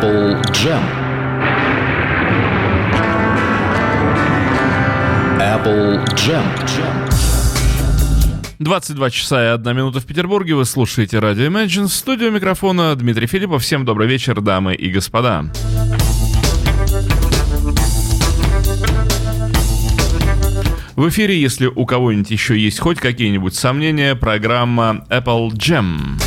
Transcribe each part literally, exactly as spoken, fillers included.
Apple Jam. Apple Jam. двадцать два часа и одна минута в Петербурге. Вы слушаете радио Imagine. В студию микрофона Дмитрий Филиппов. Всем добрый вечер, дамы и господа. В эфире, если у кого-нибудь еще есть хоть какие-нибудь сомнения, программа Apple Jam.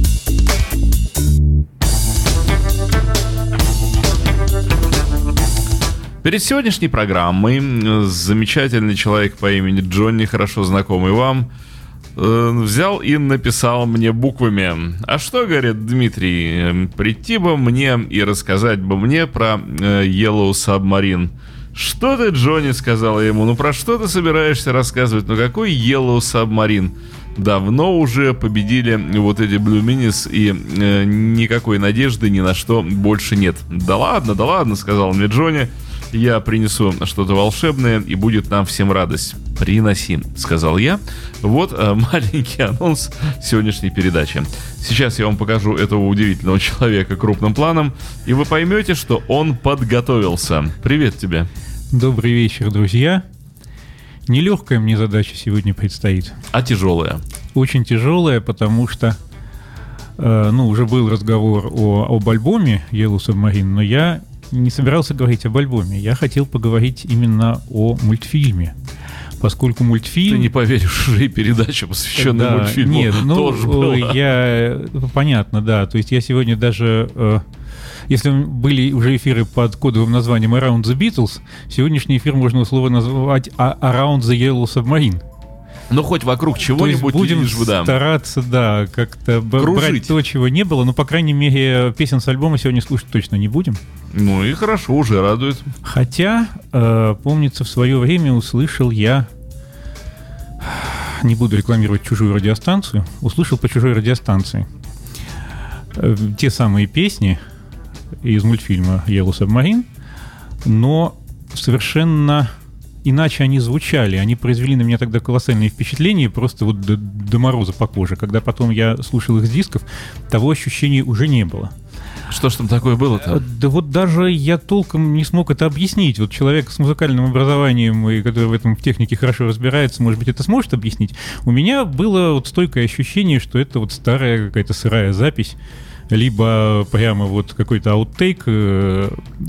Перед сегодняшней программой замечательный человек по имени Джонни, хорошо знакомый вам, взял и написал мне буквами: а что, говорит Дмитрий, прийти бы мне и рассказать бы мне про Yellow Submarine. Что ты, Джонни, сказал я ему, ну про что ты собираешься рассказывать, ну какой Yellow Submarine? Давно уже победили вот эти Blue Minis, и э, никакой надежды ни на что больше нет. Да ладно, да ладно, сказал мне Джонни, я принесу что-то волшебное, и будет нам всем радость. Приноси, сказал я. Вот э, маленький анонс сегодняшней передачи. Сейчас я вам покажу этого удивительного человека крупным планом, и вы поймете, что он подготовился. Привет тебе. Добрый вечер, друзья. Нелегкая мне задача сегодня предстоит. А тяжелая? Очень тяжелая, потому что э, ну, уже был разговор о, об альбоме Yellow Submarine, но я не собирался говорить об альбоме. Я хотел поговорить именно о мультфильме. Поскольку мультфильм... Ты не поверишь, уже и передача, посвященная да, мультфильму, нет, ну, тоже была. Я... Понятно, да. То есть я сегодня даже... Э, если были уже эфиры под кодовым названием Around the Beatles, сегодняшний эфир можно условно назвать Around the Yellow Submarine. Ну, хоть вокруг чего-нибудь будем лишь бы, да. стараться, да, как-то кружить. Брать то, чего не было. Но, по крайней мере, песен с альбома сегодня слушать точно не будем. Ну и хорошо, уже радует. Хотя, э, помнится, в свое время услышал я... Не буду рекламировать чужую радиостанцию. Услышал по чужой радиостанции э, те самые песни из мультфильма Yellow Submarine, но совершенно иначе они звучали. Они произвели на меня тогда колоссальные впечатления, просто вот до, до мороза по коже. Когда потом я слушал их с дисков, того ощущения уже не было. Что ж там такое было-то? Да вот даже я толком не смог это объяснить. Вот человек с музыкальным образованием, и который в этом в технике хорошо разбирается, может быть, это сможет объяснить. У меня было вот стойкое ощущение, что это вот старая какая-то сырая запись, либо прямо вот какой-то ауттейк э,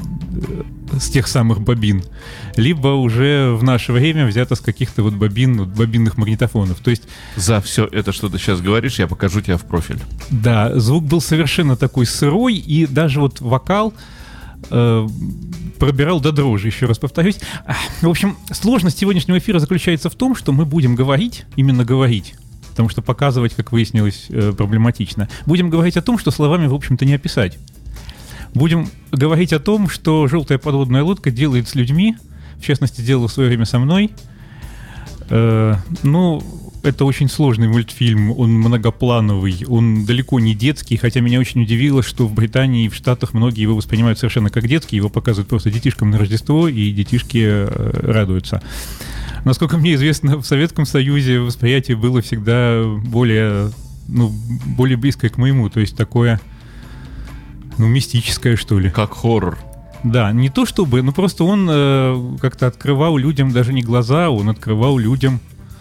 с тех самых бобин, либо уже в наше время взято с каких-то вот бобин, вот бобинных магнитофонов. То есть... За все это, что ты сейчас говоришь, я покажу тебе в профиль. Да, звук был совершенно такой сырой, и даже вот вокал э, пробирал до дрожи, еще раз повторюсь. В общем, сложность сегодняшнего эфира заключается в том, что мы будем говорить, именно говорить, потому что показывать, как выяснилось, проблематично. Будем говорить о том, что словами, в общем-то, не описать. Будем говорить о том, что «Желтая подводная лодка» делает с людьми, в частности, делала в свое время со мной. Э, ну, это очень сложный мультфильм, он многоплановый, он далеко не детский, хотя меня очень удивило, что в Британии и в Штатах многие его воспринимают совершенно как детский, его показывают просто детишкам на Рождество, и детишки э, радуются. Насколько мне известно, в Советском Союзе восприятие было всегда более, ну, более близкое к моему, то есть такое, ну, мистическое, что ли. Как хоррор. Да, не то чтобы, но просто он э, как-то открывал людям даже не глаза, он открывал людям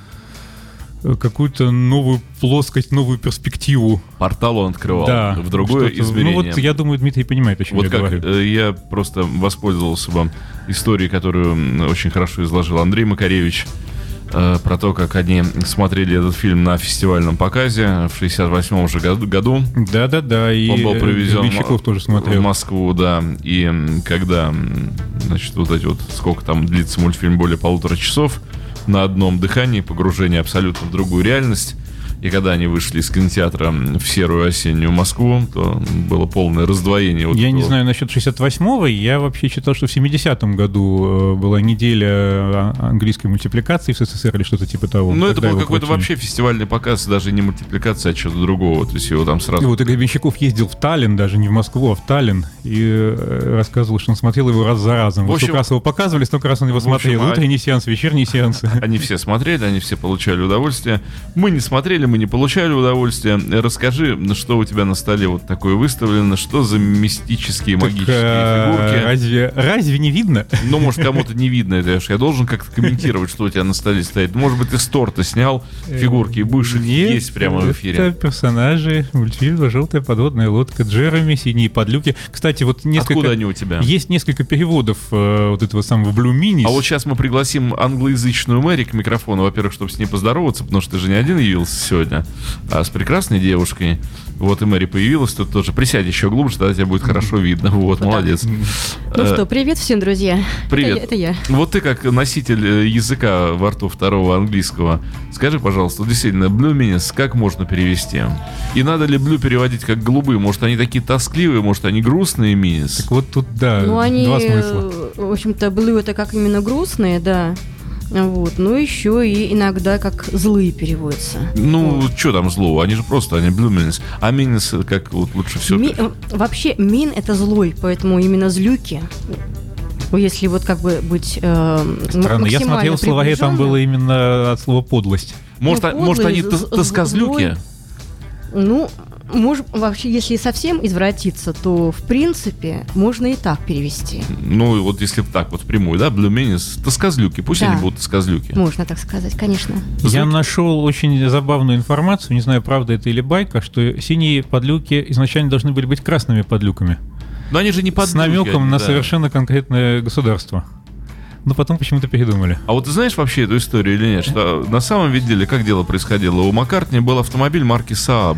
какую-то новую плоскость, новую перспективу. Портал он открывал, да, в другое что-то. измерение. Ну вот я думаю, Дмитрий понимает, о чем вот я как, говорю. Э, я просто воспользовался бы историей, которую очень хорошо изложил Андрей Макаревич, э, про то, как они смотрели этот фильм на фестивальном показе в шестьдесят восьмом уже году. Да-да-да, и он был привезен Гребенщиков тоже смотрел. В Москву, да. И когда, значит, вот эти вот, сколько там длится мультфильм, более полутора часов, на одном дыхании, погружение абсолютно в другую реальность. И когда они вышли из кинотеатра в серую осеннюю Москву, то было полное раздвоение. Вот я этого. не знаю насчет шестьдесят восьмого, я вообще читал, что в семидесятом году была неделя английской мультипликации в СССР или что-то типа того. Ну, это был какой-то платили. вообще фестивальный показ, даже не мультипликация, а что-то другого. То есть его там сразу... И вот и Гребенщиков ездил в Таллин, даже не в Москву, а в Таллин, и рассказывал, что он смотрел его раз за разом. Вот сколько раз его показывали, столько раз он его смотрел. Общем, утренний а... сеанс, вечерний сеанс. Они все смотрели, они все получали удовольствие. Мы не смотрели, мы мы не получали удовольствия. Расскажи, что у тебя на столе вот такое выставлено, что за мистические, Так, магические а, фигурки? Разве, разве не видно? Ну, может, кому-то не видно это. Я должен как-то комментировать, что у тебя на столе стоит. Может быть, ты с торта снял фигурки и будешь их Нет, есть прямо в эфире. Это персонажи мультфильма «Желтая подводная лодка», Джереми, «Синие подлюки». Кстати, вот несколько... Откуда они у тебя? Есть несколько переводов э, вот этого самого Blue Minis. А вот сейчас мы пригласим англоязычную Мэри к микрофону, во-первых, чтобы с ней поздороваться, потому что ты же не один явился сегодня, а с прекрасной девушкой. Вот и Мэри появилась тут тоже. Присядь еще глубже, тогда тебя будет хорошо видно. Вот, Вот молодец. Ну Э, что, привет всем, друзья. Привет. Это, я- это я. Вот ты как носитель э, языка во рту второго английского, скажи, пожалуйста, вот действительно, Blue Minis как можно перевести? И надо ли Blue переводить как голубые? Может, они такие тоскливые, может, они грустные Minis? Так вот тут, да, Ну, они, два смысла. э, в общем-то, blue это как именно грустные, да. Вот. Ну, еще и иногда как злые переводятся. Ну, что там злого? Они же просто, они Blue Minis. А Minis как вот лучше всего? Ми- э, вообще, мин это злой, поэтому именно злюки. Ну, если вот как бы быть э, м- Странно, я максимально смотрел в словаре, там приближенным. было именно от слова «подлость». Может, ну, а- может подлые, они з- тос- з- тоскозлюки? Ну, может, вообще, если совсем извратиться, то, в принципе, можно и так перевести. Ну, вот если так вот впрямую, да, Blue Minis, тоскозлюки. Пусть Да. они будут тоскозлюки. Можно так сказать, конечно. Я Звуки- нашел очень забавную информацию, не знаю, правда это или байка, что синие подлюки изначально должны были быть красными подлюками. Но они же не С подлюки, намеком они, на да. совершенно конкретное государство. Но потом почему-то передумали. А вот ты знаешь вообще эту историю или нет? Что на самом деле, как дело происходило? У Маккартни был автомобиль марки Saab.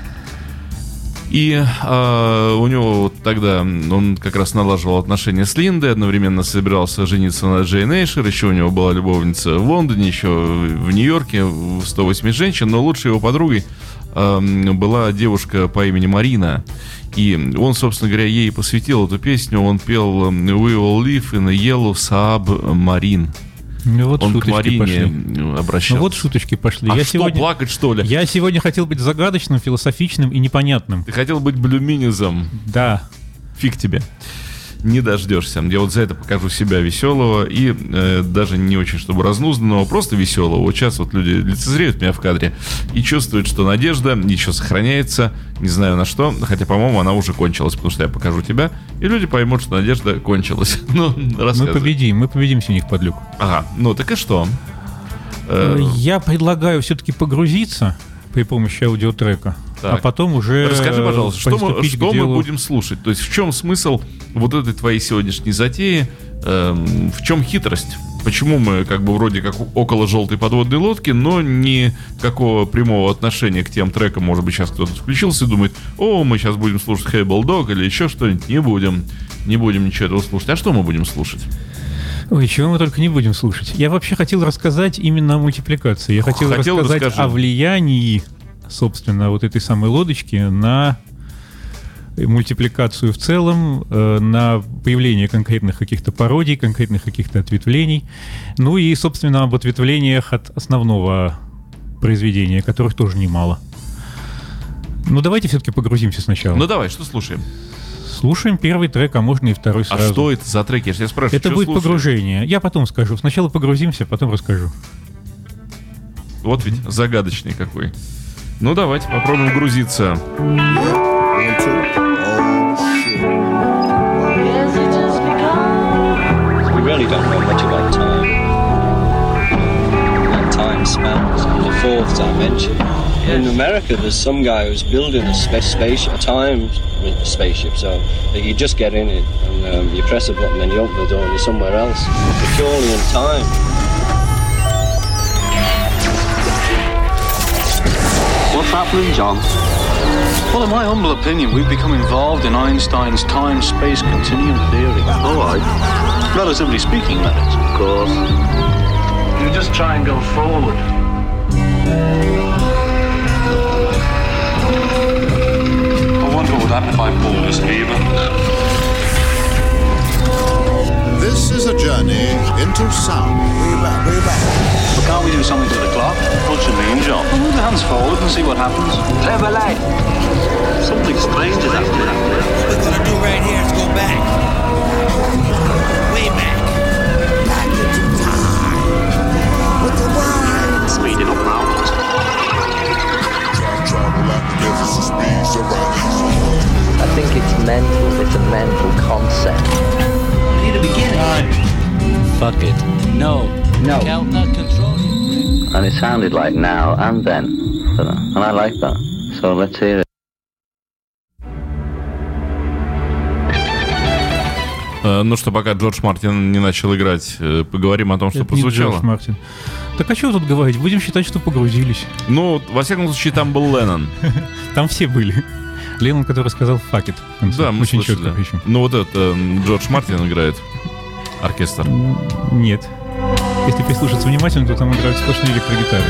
И а, у него вот тогда он как раз налаживал отношения с Линдой, одновременно собирался жениться на Джейн Эйшер, еще у него была любовница в Лондоне, еще в Нью-Йорке, в сто восемь женщин, но лучшей его подругой а, была девушка по имени Марина. И он, собственно говоря, ей посвятил эту песню, он пел «We will live in a yellow Saab Marine». Ну вот Он к шуточки Марине пошли. обращался. Ну вот шуточки пошли. А я, что, сегодня, плакать, что ли? я сегодня хотел быть загадочным, философичным и непонятным. Ты хотел быть блюминизом. Да. Фиг тебе. Не дождешься. Я вот за это покажу себя веселого и э, даже не очень, чтобы разнузданного, просто веселого. Вот сейчас вот люди лицезреют меня в кадре и чувствуют, что надежда еще сохраняется, не знаю на что, хотя, по-моему, она уже кончилась, потому что я покажу тебя, и люди поймут, что надежда кончилась. Ну, Мы рассказывай. победим, мы победим синих подлюк. Ага, ну так и что? Э, Я предлагаю все-таки погрузиться при помощи аудиотрека, Так. а потом уже Расскажи, пожалуйста, что, мы, приступить к что мы делу. будем слушать? То есть в чем смысл вот этой твоей сегодняшней затеи? Эм, в чем хитрость? Почему мы как бы вроде как около желтой подводной лодки, но никакого прямого отношения к тем трекам, может быть, сейчас кто-то включился и думает, о, мы сейчас будем слушать Hey Bulldog или еще что-нибудь. Не будем, не будем ничего этого слушать. А что мы будем слушать? Ой, чего мы только не будем слушать. Я вообще хотел рассказать именно о мультипликации. Я хотел, Хотел, рассказать расскажи. о влиянии, собственно, вот этой самой лодочки на мультипликацию в целом, э, на появление конкретных каких-то пародий, конкретных каких-то ответвлений. Ну и, собственно, об ответвлениях от основного произведения, которых тоже немало. Ну давайте все-таки погрузимся сначала. Ну давай, что слушаем? Слушаем первый трек, а можно и второй сразу. А что это за треки? Я тебя спрашиваю, Это что будет слушаем? погружение. Я потом скажу. Сначала погрузимся, потом расскажу. Вот ведь загадочный какой. Ну давайте попробуем грузиться. We really don't know much about time. And time spans in the fourth dimension. In America, there's some guy who's building a space spaceship, a time spaceship, so that you just get in it and um, you press a button, then you open the door and you're somewhere else, purely in time. What's happening, John? Well, in my humble opinion, we've become involved in Einstein's time-space continuum theory. All right. Relatively speaking, that is. Of course. You just try and go forward. I wonder what would happen if I pulled this lever. This is a journey into sound. Way back, way back. But can't we do something to the clock? What you mean, John? Well, move the hands forward and see what happens. Clever lad. Something strange is happening. What we're gonna do right here is go back. Way back. Back into time. With the world. Speeding up now. I think it's mental. It's a mental concept. We need a beginning. Fuck it. No. No. Count not control your brain. And it sounded like now and then. And I like that. So let's hear it. Ну что, пока Джордж Мартин не начал играть, поговорим о том, что Это прозвучало. не Джордж Мартин. Так а что тут говорить? Будем считать, что погрузились. Ну, во всяком случае, там был Леннон. Там все были. Леннон, который сказал «fuck it». Да, мы очень слышали. четко причем. Ну вот это Джордж Мартин играет. Оркестр. Нет. Если прислушаться внимательно, то там играют сплошные электрогитары.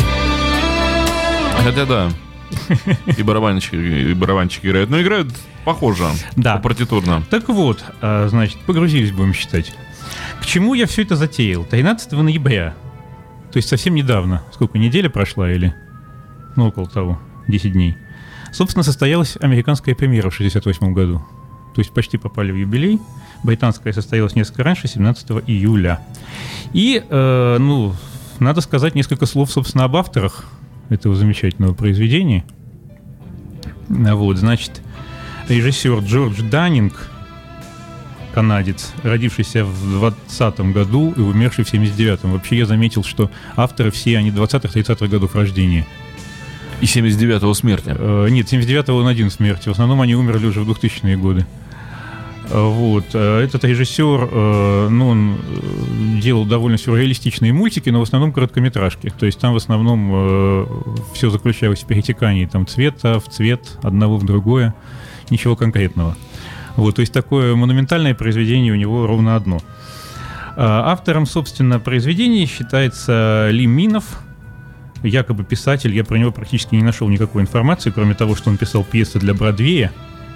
Хотя да. И барабанщики, и барабанщики играют. Но играют похоже. Да. Партитурно. Так вот, значит, погрузились, будем считать. К чему я все это затеял? тринадцатого ноября. То есть совсем недавно. Сколько, неделя прошла или? Ну, около того. десять дней. Собственно, состоялась американская премьера в шестьдесят восьмом году. То есть почти попали в юбилей. Британская состоялась несколько раньше, семнадцатого июля. И, э, ну, надо сказать несколько слов, собственно, об авторах этого замечательного произведения. Вот, значит, режиссер Джордж Даннинг, канадец, родившийся в двадцатом году и умерший в семьдесят девятом. Вообще я заметил, что авторы все, они двадцатых-тридцатых годов рождения. И семьдесят девятого смерти. Э, нет, семьдесят девятого он один смерти. В основном они умерли уже в двухтысячные годы. Вот. Этот режиссер, ну, он делал довольно сюрреалистичные мультики, но в основном короткометражки. То есть там в основном все заключалось в перетекании там, цвета в цвет, одного в другое. Ничего конкретного. Вот. То есть такое монументальное произведение у него ровно одно. Автором, собственно, произведения считается Ли Минов, якобы писатель. Я про него практически не нашел никакой информации, кроме того, что он писал пьесы для Бродвея.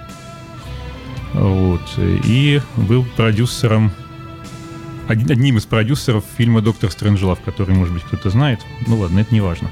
Вот. И был продюсером, одним из продюсеров фильма «Доктор Стрэнджлав», который, может быть, кто-то знает. Ну ладно, это не важно.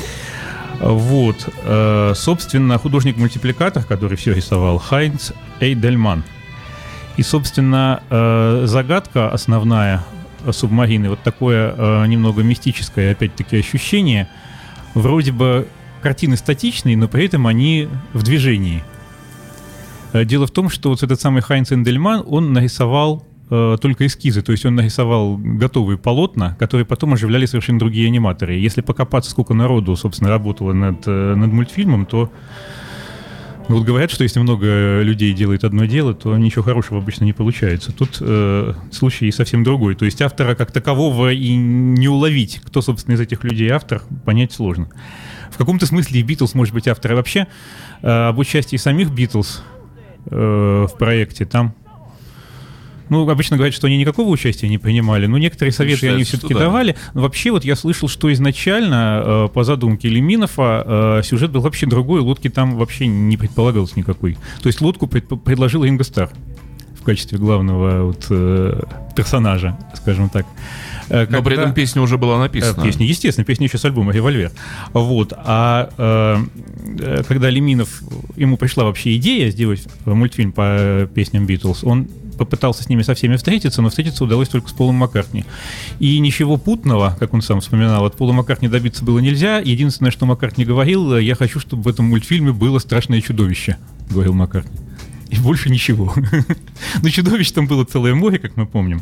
Вот. Собственно, художник-мультипликатор, который все рисовал, Хайнц Эйдельман. И, собственно, загадка основная «Субмарины», вот такое немного мистическое, опять-таки, ощущение. Вроде бы картины статичные, но при этом они в движении. Дело в том, что вот этот самый Хайнц Эйдельман, он нарисовал э, только эскизы, то есть он нарисовал готовые полотна, которые потом оживляли совершенно другие аниматоры. Если покопаться, сколько народу, собственно, работало над, над мультфильмом, то ну, вот говорят, что если много людей делает одно дело, то ничего хорошего обычно не получается. Тут э, случай совсем другой. То есть автора как такового и не уловить, кто, собственно, из этих людей автор, понять сложно. В каком-то смысле и Битлз может быть автор. А вообще, э, об участии самих Битлз в проекте, там, ну, обычно говорят, что они никакого участия не принимали, но некоторые советы считается, они все-таки да. давали. Но вообще, вот я слышал, что изначально, по задумке Ли Минофа, сюжет был вообще другой, лодки там вообще не предполагалось никакой. То есть лодку пред- предложил Ринго Старр в качестве главного вот, персонажа, скажем так. Когда... Но при этом песня уже была написана. Песня, естественно, песня еще с альбома «Револьвер». Вот. А э, когда Ли Минов, ему пришла вообще идея сделать мультфильм по песням Битлз, он попытался с ними со всеми встретиться, но встретиться удалось только с Полом Маккартни. И ничего путного, как он сам вспоминал, от Пола Маккартни добиться было нельзя. Единственное, что Маккартни говорил, я хочу, чтобы в этом мультфильме было страшное чудовище, говорил Маккартни. И больше ничего. Но чудовищ там было целое море, как мы помним.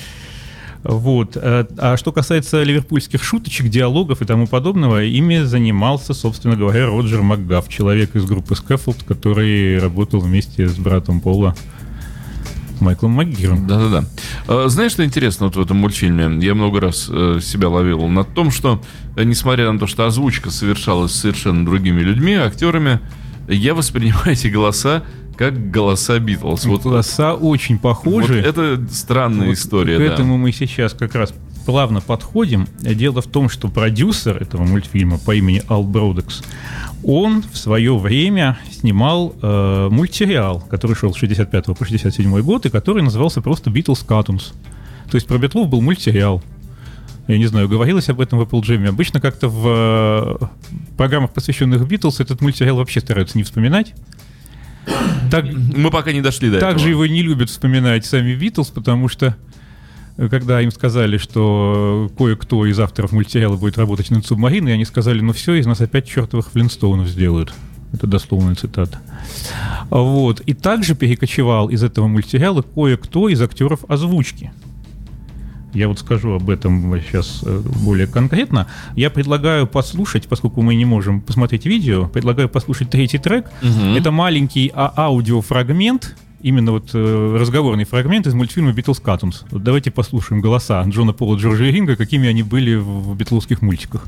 Вот. А что касается ливерпульских шуточек, диалогов и тому подобного, ими занимался, собственно говоря, Роджер Макгаф, человек из группы Скэффолд, который работал вместе с братом Пола Майклом МакГиром. Да-да-да. Знаешь, что интересно вот в этом мультфильме? Я много раз себя ловил на том, что, несмотря на то, что озвучка совершалась совершенно другими людьми, актерами, я воспринимаю эти голоса как голоса Битлз. Вот, голоса очень похожи. Вот это странная вот история. К да. этому мы сейчас как раз плавно подходим. Дело в том, что продюсер этого мультфильма по имени Ал Бродекс, он в свое время снимал э, мультсериал, который шел с шестьдесят пятого по шестьдесят седьмой год, и который назывался просто Beatles Cartoons. То есть про Битлов был мультсериал. Я не знаю, говорилось об этом в Apple Jam. Обычно как-то в э, программах, посвященных Битлз, этот мультсериал вообще стараются не вспоминать. Так, мы пока не дошли до Также этого. его не любят вспоминать сами Битлз, потому что когда им сказали, что кое-кто из авторов мультсериала будет работать над «Субмариной», они сказали, ну все, из нас опять чертовых Флинстоунов сделают. Это дословная цитата. Вот. И также перекочевал из этого мультсериала кое-кто из актеров озвучки. Я вот скажу об этом сейчас более конкретно. Я предлагаю послушать, поскольку мы не можем посмотреть видео, предлагаю послушать третий трек. Угу. Это маленький а- аудиофрагмент, именно вот э, разговорный фрагмент из мультфильма «Битлз Cartoons». Вот давайте послушаем голоса Джона Пола, Джорджа и Ринга, какими они были в, в битловских мультиках.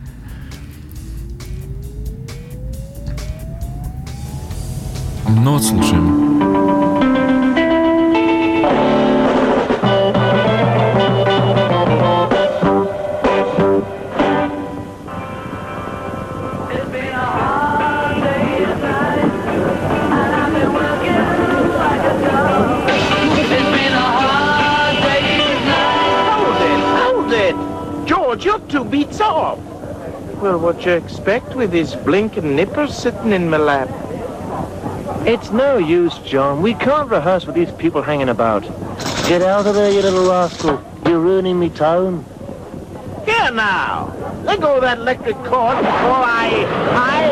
Ну вот слушаем. You're two beats off. Well, what you expect with these blinking nippers sitting in my lap? It's no use, John. We can't rehearse with these people hanging about. Get out of there, you little rascal. You're ruining me tone. Here now. Let go of that electric cord before I... I,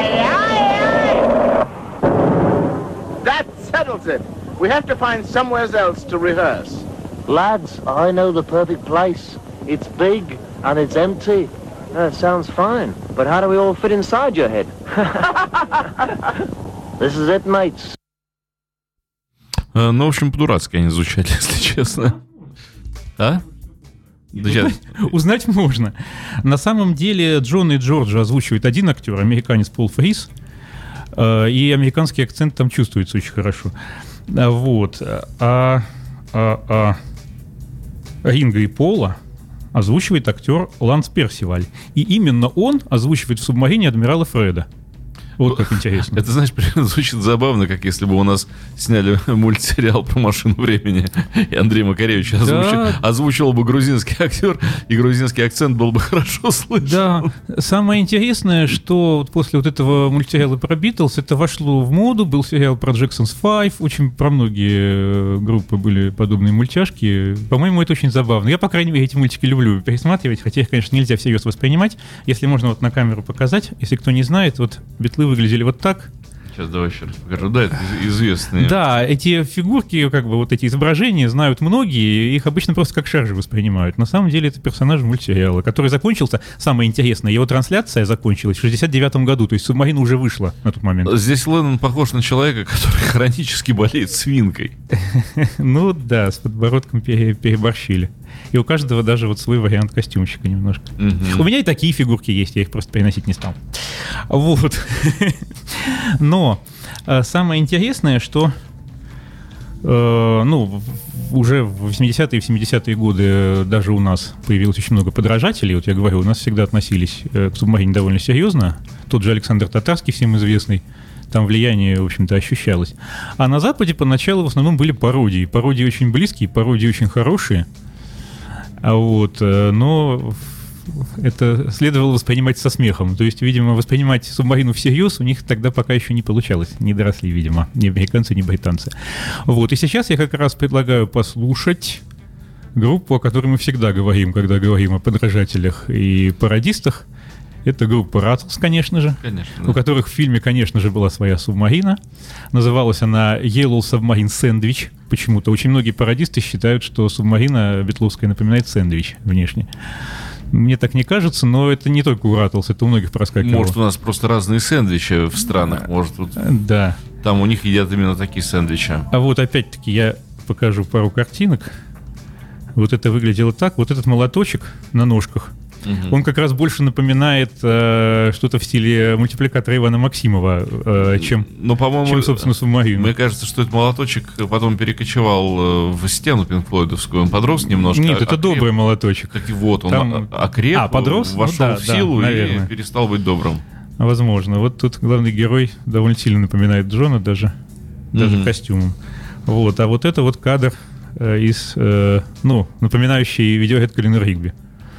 I, I, I. That settles it. We have to find somewhere else to rehearse. Lads, I know the perfect place. It's big and it's empty. That sounds fine. But how do we all fit inside your head? This is it, mates. Ну, в общем, по-дурацки они звучали, если честно. А? Узнать можно. На самом деле Джон и Джорджа озвучивает один актер, американец Пол Фрис. И американский акцент там чувствуется очень хорошо. Вот. А, а, а Ринга и Пола озвучивает актер Ланс Персиваль. И именно он озвучивает в «Субмарине» адмирала Фреда. Вот как интересно. Это, знаешь, звучит забавно, как если бы у нас сняли мультсериал про машину времени, и Андрей Макаревич озвучил, да. озвучивал бы грузинский актер, и грузинский акцент был бы хорошо слышен. Да. Самое интересное, что вот после вот этого мультсериала про Битлз это вошло в моду, был сериал про Jackson's Five, очень про многие группы были подобные мультяшки. По-моему, это очень забавно. Я, по крайней мере, эти мультики люблю пересматривать, хотя их, конечно, нельзя всерьез воспринимать. Если можно вот на камеру показать, если кто не знает, вот Битлы выглядели вот так. Сейчас давай еще раз покажу. Да, это известные. Да, эти фигурки, как бы вот эти изображения знают многие, их обычно просто как шаржи воспринимают. На самом деле это персонаж мультсериала, который закончился, самое интересное, его трансляция закончилась в шестьдесят девятом году, то есть «Субмарина» уже вышла на тот момент. Здесь Леннон похож на человека, который хронически болеет свинкой. Ну да, с подбородком переборщили. И у каждого даже вот свой вариант костюмчика немножко. У меня и такие фигурки есть, я их просто переносить не стал. Вот. Но самое интересное, что э, ну, уже в восьмидесятые и в семидесятые годы даже у нас появилось очень много подражателей. Вот я говорю, у нас всегда относились к «Субмарине» довольно серьезно. Тот же Александр Татарский, всем известный, там влияние, в общем-то, ощущалось. А на Западе поначалу в основном были пародии. Пародии очень близкие, пародии очень хорошие. А вот, но это следовало воспринимать со смехом. То есть, видимо, воспринимать «Субмарину» всерьез у них тогда пока еще не получалось. Не доросли, видимо, ни американцы, ни британцы. Вот, и сейчас я как раз предлагаю послушать группу, о которой мы всегда говорим, когда говорим о подражателях и пародистах. Это группа Rattles, конечно же, конечно, да. У которых в фильме, конечно же, была своя «Субмарина». Называлась она Yellow Submarine Sandwich. Почему-то очень многие пародисты считают, что «Субмарина» битловская напоминает сэндвич внешне. Мне так не кажется, но это не только у Rattles, это у многих проскакивало. Может, у нас просто разные сэндвичи в странах. Может, вот да. Там у них едят именно такие сэндвичи. А вот опять-таки я покажу пару картинок. Вот это выглядело так. Вот этот молоточек на ножках. Угу. Он как раз больше напоминает э, что-то в стиле мультипликатора Ивана Максимова, э, чем, Но, по-моему, чем, собственно, «Субмарина». Мне кажется, что этот молоточек потом перекочевал в стену пинк-флойдовскую. Он подрос немножко. Нет, это окреп... добрый молоточек. Так и вот, он Там... окреп, а, подрос? вошел ну, да, в силу да, и перестал быть добрым. Возможно. Вот тут главный герой довольно сильно напоминает Джона, даже, даже угу. костюмом. Вот. А вот это вот кадр э, из, э, ну, напоминающий видеоряд Колина Ригби.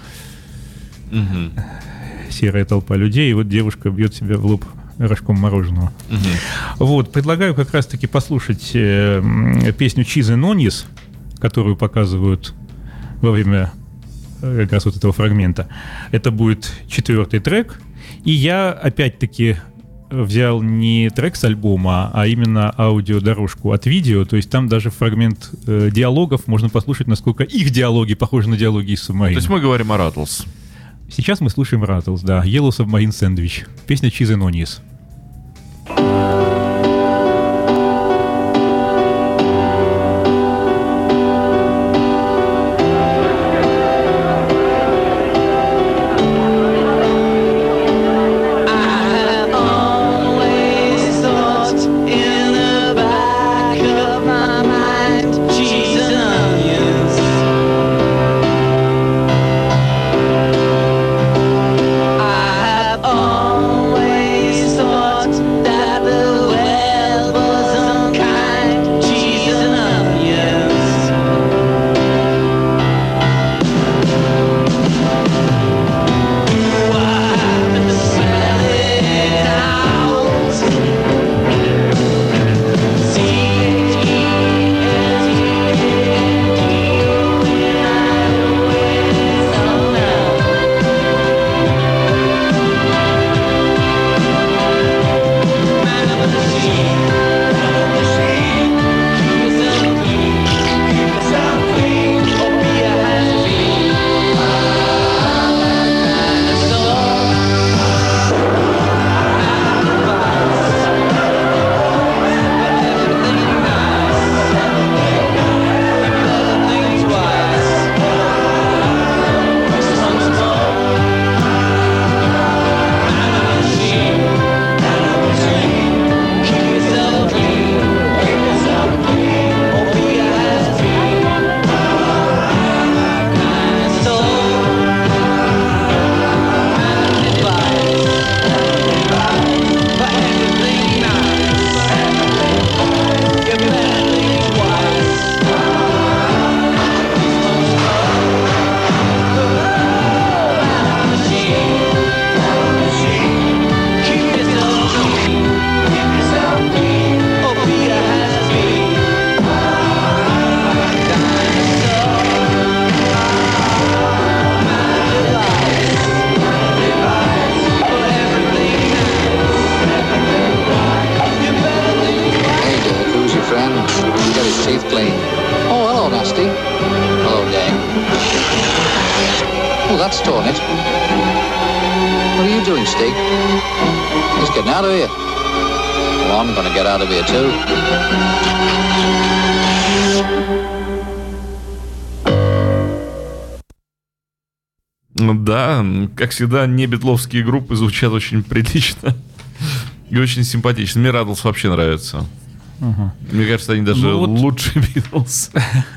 Угу. Серая толпа людей, и вот девушка бьет себя в лоб рожком мороженого. Угу. Вот, предлагаю как раз-таки послушать э, песню «Cheese and Onions», которую показывают во время как раз вот этого фрагмента. Это будет четвертый трек. И я опять-таки взял не трек с альбома, а именно аудиодорожку от видео. То есть там даже фрагмент э, диалогов можно послушать, насколько их диалоги похожи на диалоги из Submarine. То есть мы говорим о Rattles. Сейчас мы слушаем Rattles, да. Yellow Submarine Sandwich. Песня Cheese and Onions. That's torn it. What are you doing, Stig? He's getting out of here. Well, I'm gonna get out of here too. Да, как всегда, не битловские группы звучат очень прилично и очень симпатично. Мне Rattles вообще нравится. Угу. Мне кажется, они даже ну, вот... лучше Битлз.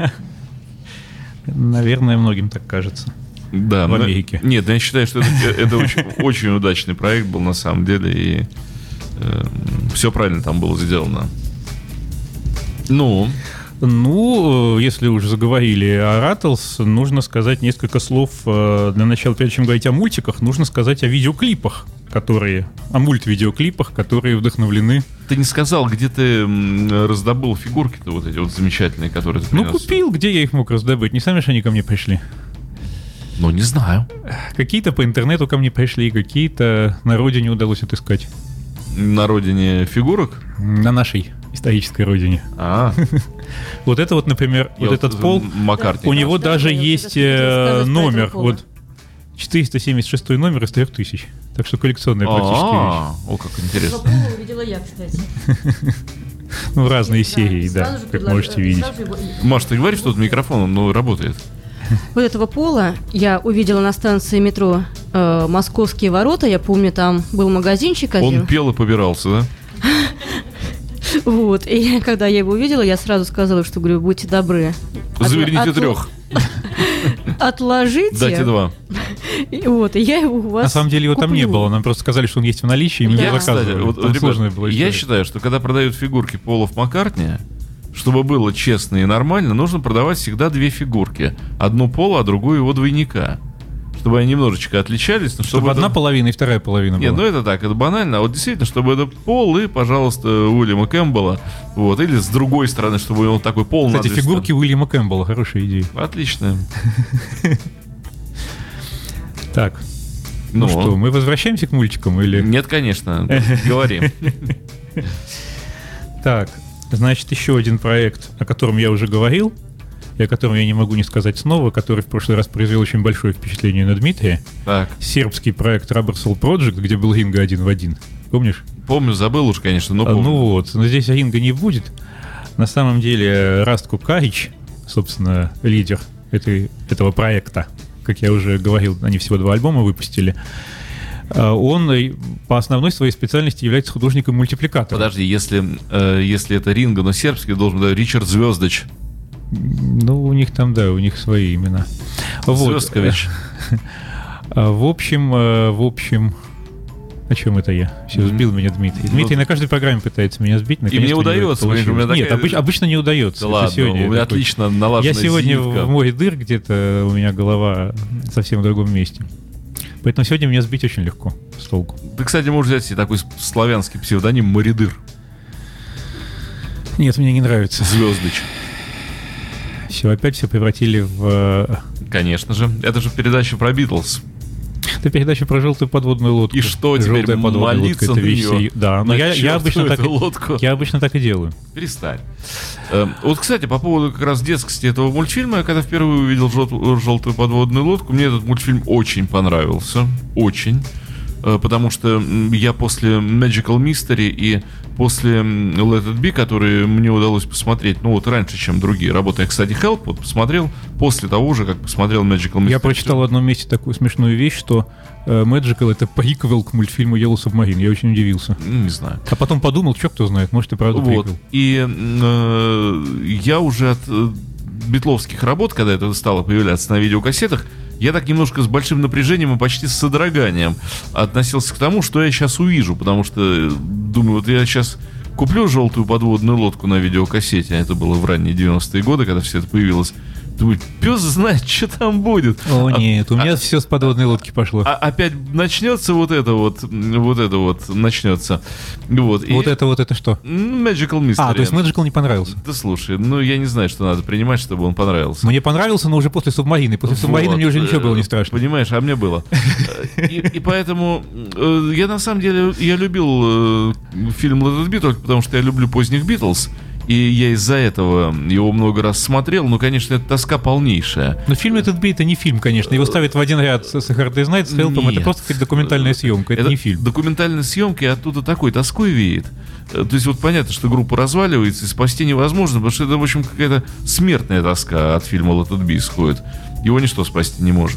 Наверное, многим так кажется. Да, в Америке. Но, нет, я считаю, что это, это очень, очень удачный проект был на самом деле, и э, все правильно там было сделано. Ну... Ну, если уже заговорили о Rattles, нужно сказать несколько слов для начала. Прежде чем говорить о мультиках, нужно сказать о видеоклипах, которые, о мультвидеоклипах, которые вдохновлены. Ты не сказал, где ты раздобыл фигурки-то вот эти вот замечательные, которые ты принес? Ну, купил, где я их мог раздобыть? Не сами же они ко мне пришли? Ну, не знаю. Какие-то по интернету ко мне пришли, какие-то на родине удалось отыскать. На родине фигурок? На нашей исторической родине. А. Вот это вот, например, вот этот пол, Маккартни. у него даже есть номер, вот четыреста семьдесят шестой номер из трех тысяч. Так что коллекционная практически вещь. О, как интересно. Пола увидела я, кстати. Ну, разные серии, да, как можете видеть. Маш, ты говоришь, что тут микрофон, он ну, работает. Вот этого Пола я увидела на станции метро э, «Московские ворота». Я помню, там был магазинчик один. Он пел и побирался, да? Вот, и я, когда я его увидела, я сразу сказала, что, говорю, будьте добры. Заверните от... трех. Отложите. Дайте два. И вот, и я его у вас На самом деле его куплю. там не было, нам просто сказали, что он есть в наличии, и мы я, его заказывали. Кстати, вот, ребят, сложная была история. Я считаю, что когда продают фигурки Полов Маккартни, чтобы было честно и нормально, нужно продавать всегда две фигурки. Одну Пола, а другую его двойника. чтобы они немножечко отличались. Но чтобы чтобы одна это... половина и вторая половина была. Нет, ну это так, это банально. А вот действительно, чтобы это пол и, пожалуйста, Уильяма Кэмпбелла. Вот. Или с другой стороны, чтобы он такой пол. Кстати, надвис... фигурки Уильяма Кэмпбелла, хорошая идея. Отлично. Так. Ну что, мы возвращаемся к мультикам или... Нет, конечно. Говори. Так, значит, еще один проект, о котором я уже говорил, и о котором я не могу не сказать снова, который в прошлый раз произвел очень большое впечатление на Дмитрия. Так. Сербский проект Rubber Soul Project, где был Ринго один в один. Помнишь? Помню, забыл уж, конечно, но помню. Ну вот, но здесь Ринго не будет. На самом деле Растко Карич, собственно, лидер этой, этого проекта, как я уже говорил, они всего два альбома выпустили. Он по основной своей специальности является художником-мультипликатором. Подожди, если, э, если это Ринго, но сербский, должен быть Ричард Звездыч. Ну, у них там, да, у них свои имена. Звездкович. Вот. В общем, в общем... О чем это я? Все, сбил меня Дмитрий. Дмитрий ну, на каждой программе пытается меня сбить. И мне удается. Нет, такая... обыч, обычно не удается. Да ладно, сегодня у меня такой... отлично налаженная Я сегодня зивка. В море дыр где-то, у меня голова совсем в другом месте. Поэтому сегодня меня сбить очень легко с толку. Ты, кстати, можешь взять себе такой славянский псевдоним Моридыр. Нет, мне не нравится. Звездыч. Все, опять все превратили в... Конечно же. Это же передача про Битлз. Это передача про желтую подводную лодку. И что теперь, молиться лодка, на нее? Да, но я, я, обычно так, лодку. я обычно так и делаю. Перестань. Э, вот, кстати, по поводу как раз детскости этого мультфильма, я когда впервые увидел желтую, желтую подводную лодку, мне этот мультфильм очень понравился. Очень. Э, потому что я после Magical Mystery и после Let It Be, которые мне удалось посмотреть, ну вот раньше, чем другие, работая, кстати, Help, вот посмотрел после того же, как посмотрел Magical Mystery. Я прочитал в одном месте такую смешную вещь, что э, Magical — это приквел к мультфильму Yellow Submarine. Я очень удивился. Не знаю. А потом подумал, что кто знает, может и правда вот. приквел. И э, я уже от э, битловских работ, когда это стало появляться на видеокассетах, я так немножко с большим напряжением и почти с содроганием относился к тому, что я сейчас увижу, потому что думаю, вот я сейчас куплю желтую подводную лодку на видеокассете, это было в ранние девяностые годы, когда все это появилось. Думаю, пес знает, что там будет. О, а, нет, у меня а, все с подводной лодки пошло. А, опять начнется вот это вот, вот это вот, начнется. Вот, вот и... это вот, это что? Magical Mystery. А, то есть Magical не понравился? Да слушай, ну я не знаю, что надо принимать, чтобы он понравился. Мне понравился, но уже после Субмарины. После Субмарины вот, мне уже ничего было не страшно. Понимаешь, а мне было. И, и поэтому я на самом деле, я любил фильм Let It Be только потому, что я люблю поздних Битлз. И я из-за этого его много раз смотрел. Ну, конечно, это тоска полнейшая. Но фильм этот «Бей» — это не фильм, конечно. Его ставят в один ряд с «Hard Day's Night», с «Help'ом». Это просто какая-то документальная съемка, это, это не фильм. Документальная съемка, и оттуда такой тоской веет. То есть вот понятно, что группа разваливается, и спасти невозможно, потому что это, в общем, какая-то смертная тоска от фильма «Let It Be» исходит. Его ничто спасти не может.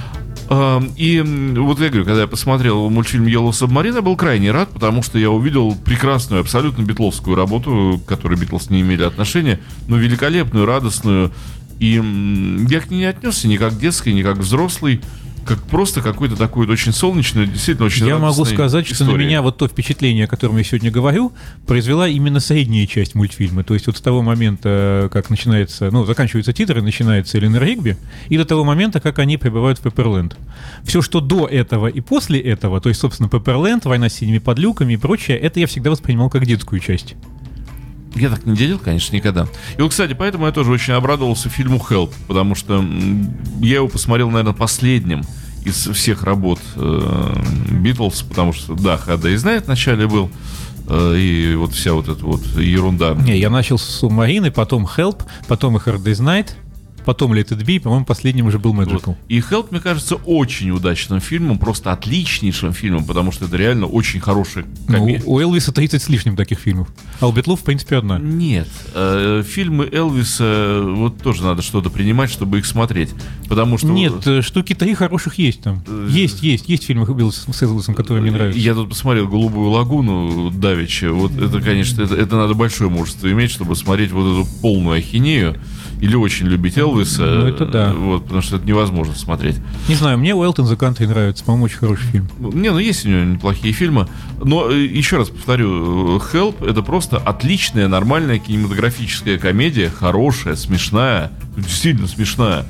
И вот я говорю, когда я посмотрел мультфильм Yellow Submarine, я был крайне рад, потому что я увидел прекрасную, абсолютно битловскую работу, к которой Битлз не имели отношения, но великолепную, радостную. И я к ней не отнесся ни как к детской, ни как к взрослой, как просто какой-то такой очень солнечный, действительно очень Я могу сказать, история. Что на меня вот то впечатление, о котором я сегодня говорю, произвела именно средняя часть мультфильма. То есть вот с того момента, как начинается, ну, заканчиваются титры, начинается Эленор Ригби, и до того момента, как они прибывают в Пепперленд. Все, что до этого и после этого, то есть, собственно, Пепперленд, война с синими подлюками и прочее, это я всегда воспринимал как детскую часть. Я так не делал, конечно, никогда. И вот, кстати, поэтому я тоже очень обрадовался фильму «Help», потому что я его посмотрел, наверное, последним из всех работ Битлз, э, потому что, да, «Hard Day's Night» в начале был, э, и вот вся вот эта вот ерунда. Не, я начал с «Субмарины», потом «Help», потом и «Hard Day's Night», потом Let It Be, по-моему, последним уже был Magical. Вот. И Help, мне кажется, очень удачным фильмом, просто отличнейшим фильмом, потому что это реально очень хороший комедия. Ну, у Элвиса тридцать с лишним таких фильмов. А у Битлов, в принципе, одна. Нет. Э, фильмы Элвиса, вот тоже надо что-то принимать, чтобы их смотреть. Потому что... Нет, штуки три хороших есть там. Есть, есть, есть фильмы с Элвисом, которые мне нравятся. Я тут посмотрел «Голубую лагуну» давеча. Вот это, конечно, это, это надо большое мужество иметь, чтобы смотреть вот эту полную ахинею. Или очень любить Элвиса. Ну, это да. Вот, потому что это невозможно смотреть. Не знаю, мне Welcome in the Country нравится. По-моему, очень хороший фильм. Не, ну есть у него неплохие фильмы. Но еще раз повторю, Help — это просто отличная, нормальная кинематографическая комедия. Хорошая, смешная. Действительно смешная.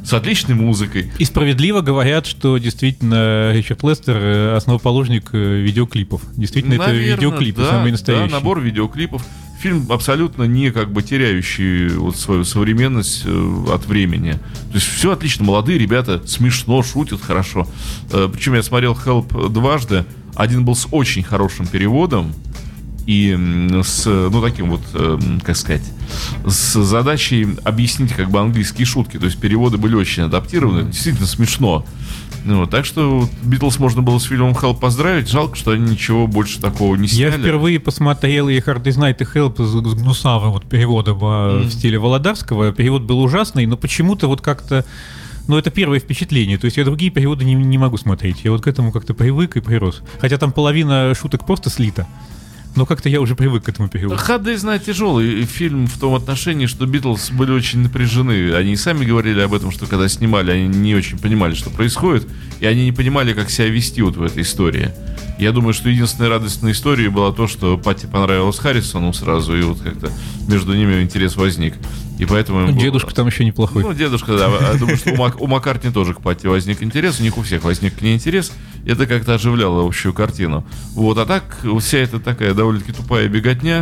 с отличной музыкой. И справедливо говорят, что действительно Ричард Лестер основоположник видеоклипов. Действительно, Наверное, это видеоклипы, да, самые настоящие. Да, набор видеоклипов. Фильм абсолютно не как бы теряющий вот свою современность э, от времени. То есть все отлично, молодые ребята смешно, шутят хорошо. Э, причем я смотрел «Help» дважды. Один был с очень хорошим переводом и с, ну, таким вот, э, как сказать, с задачей объяснить как бы английские шутки. То есть переводы были очень адаптированы, mm-hmm. действительно смешно. Ну, так что Битлз можно было с фильмом «Help» поздравить. Жалко, что они ничего больше такого не сняли. Я впервые посмотрел и «Hard Day's Night» и «Help» с гнусавым вот переводом mm. в стиле Володарского. Перевод был ужасный, но почему-то вот как-то... Ну, это первое впечатление. То есть я другие переводы не, не могу смотреть. Я вот к этому как-то привык и прирос. Хотя там половина шуток просто слита. Но как-то я уже привык к этому переводу. «Hard Day's Night» тяжелый фильм в том отношении, что Битлз были очень напряжены. Они сами говорили об этом, что когда снимали, они не очень понимали, что происходит, и они не понимали, как себя вести вот в этой истории. Я думаю, что единственная радостная история была то, что Патти понравилась Харрисону сразу, и вот как-то между ними интерес возник. И поэтому... Ну, дедушка был... там еще неплохой. Ну, дедушка, да. Я думаю, что у, Мак... у Маккартни тоже к Патти возник интерес. У них у всех возник к ней интерес. Это как-то оживляло общую картину. Вот, а так, вся эта такая довольно-таки тупая беготня.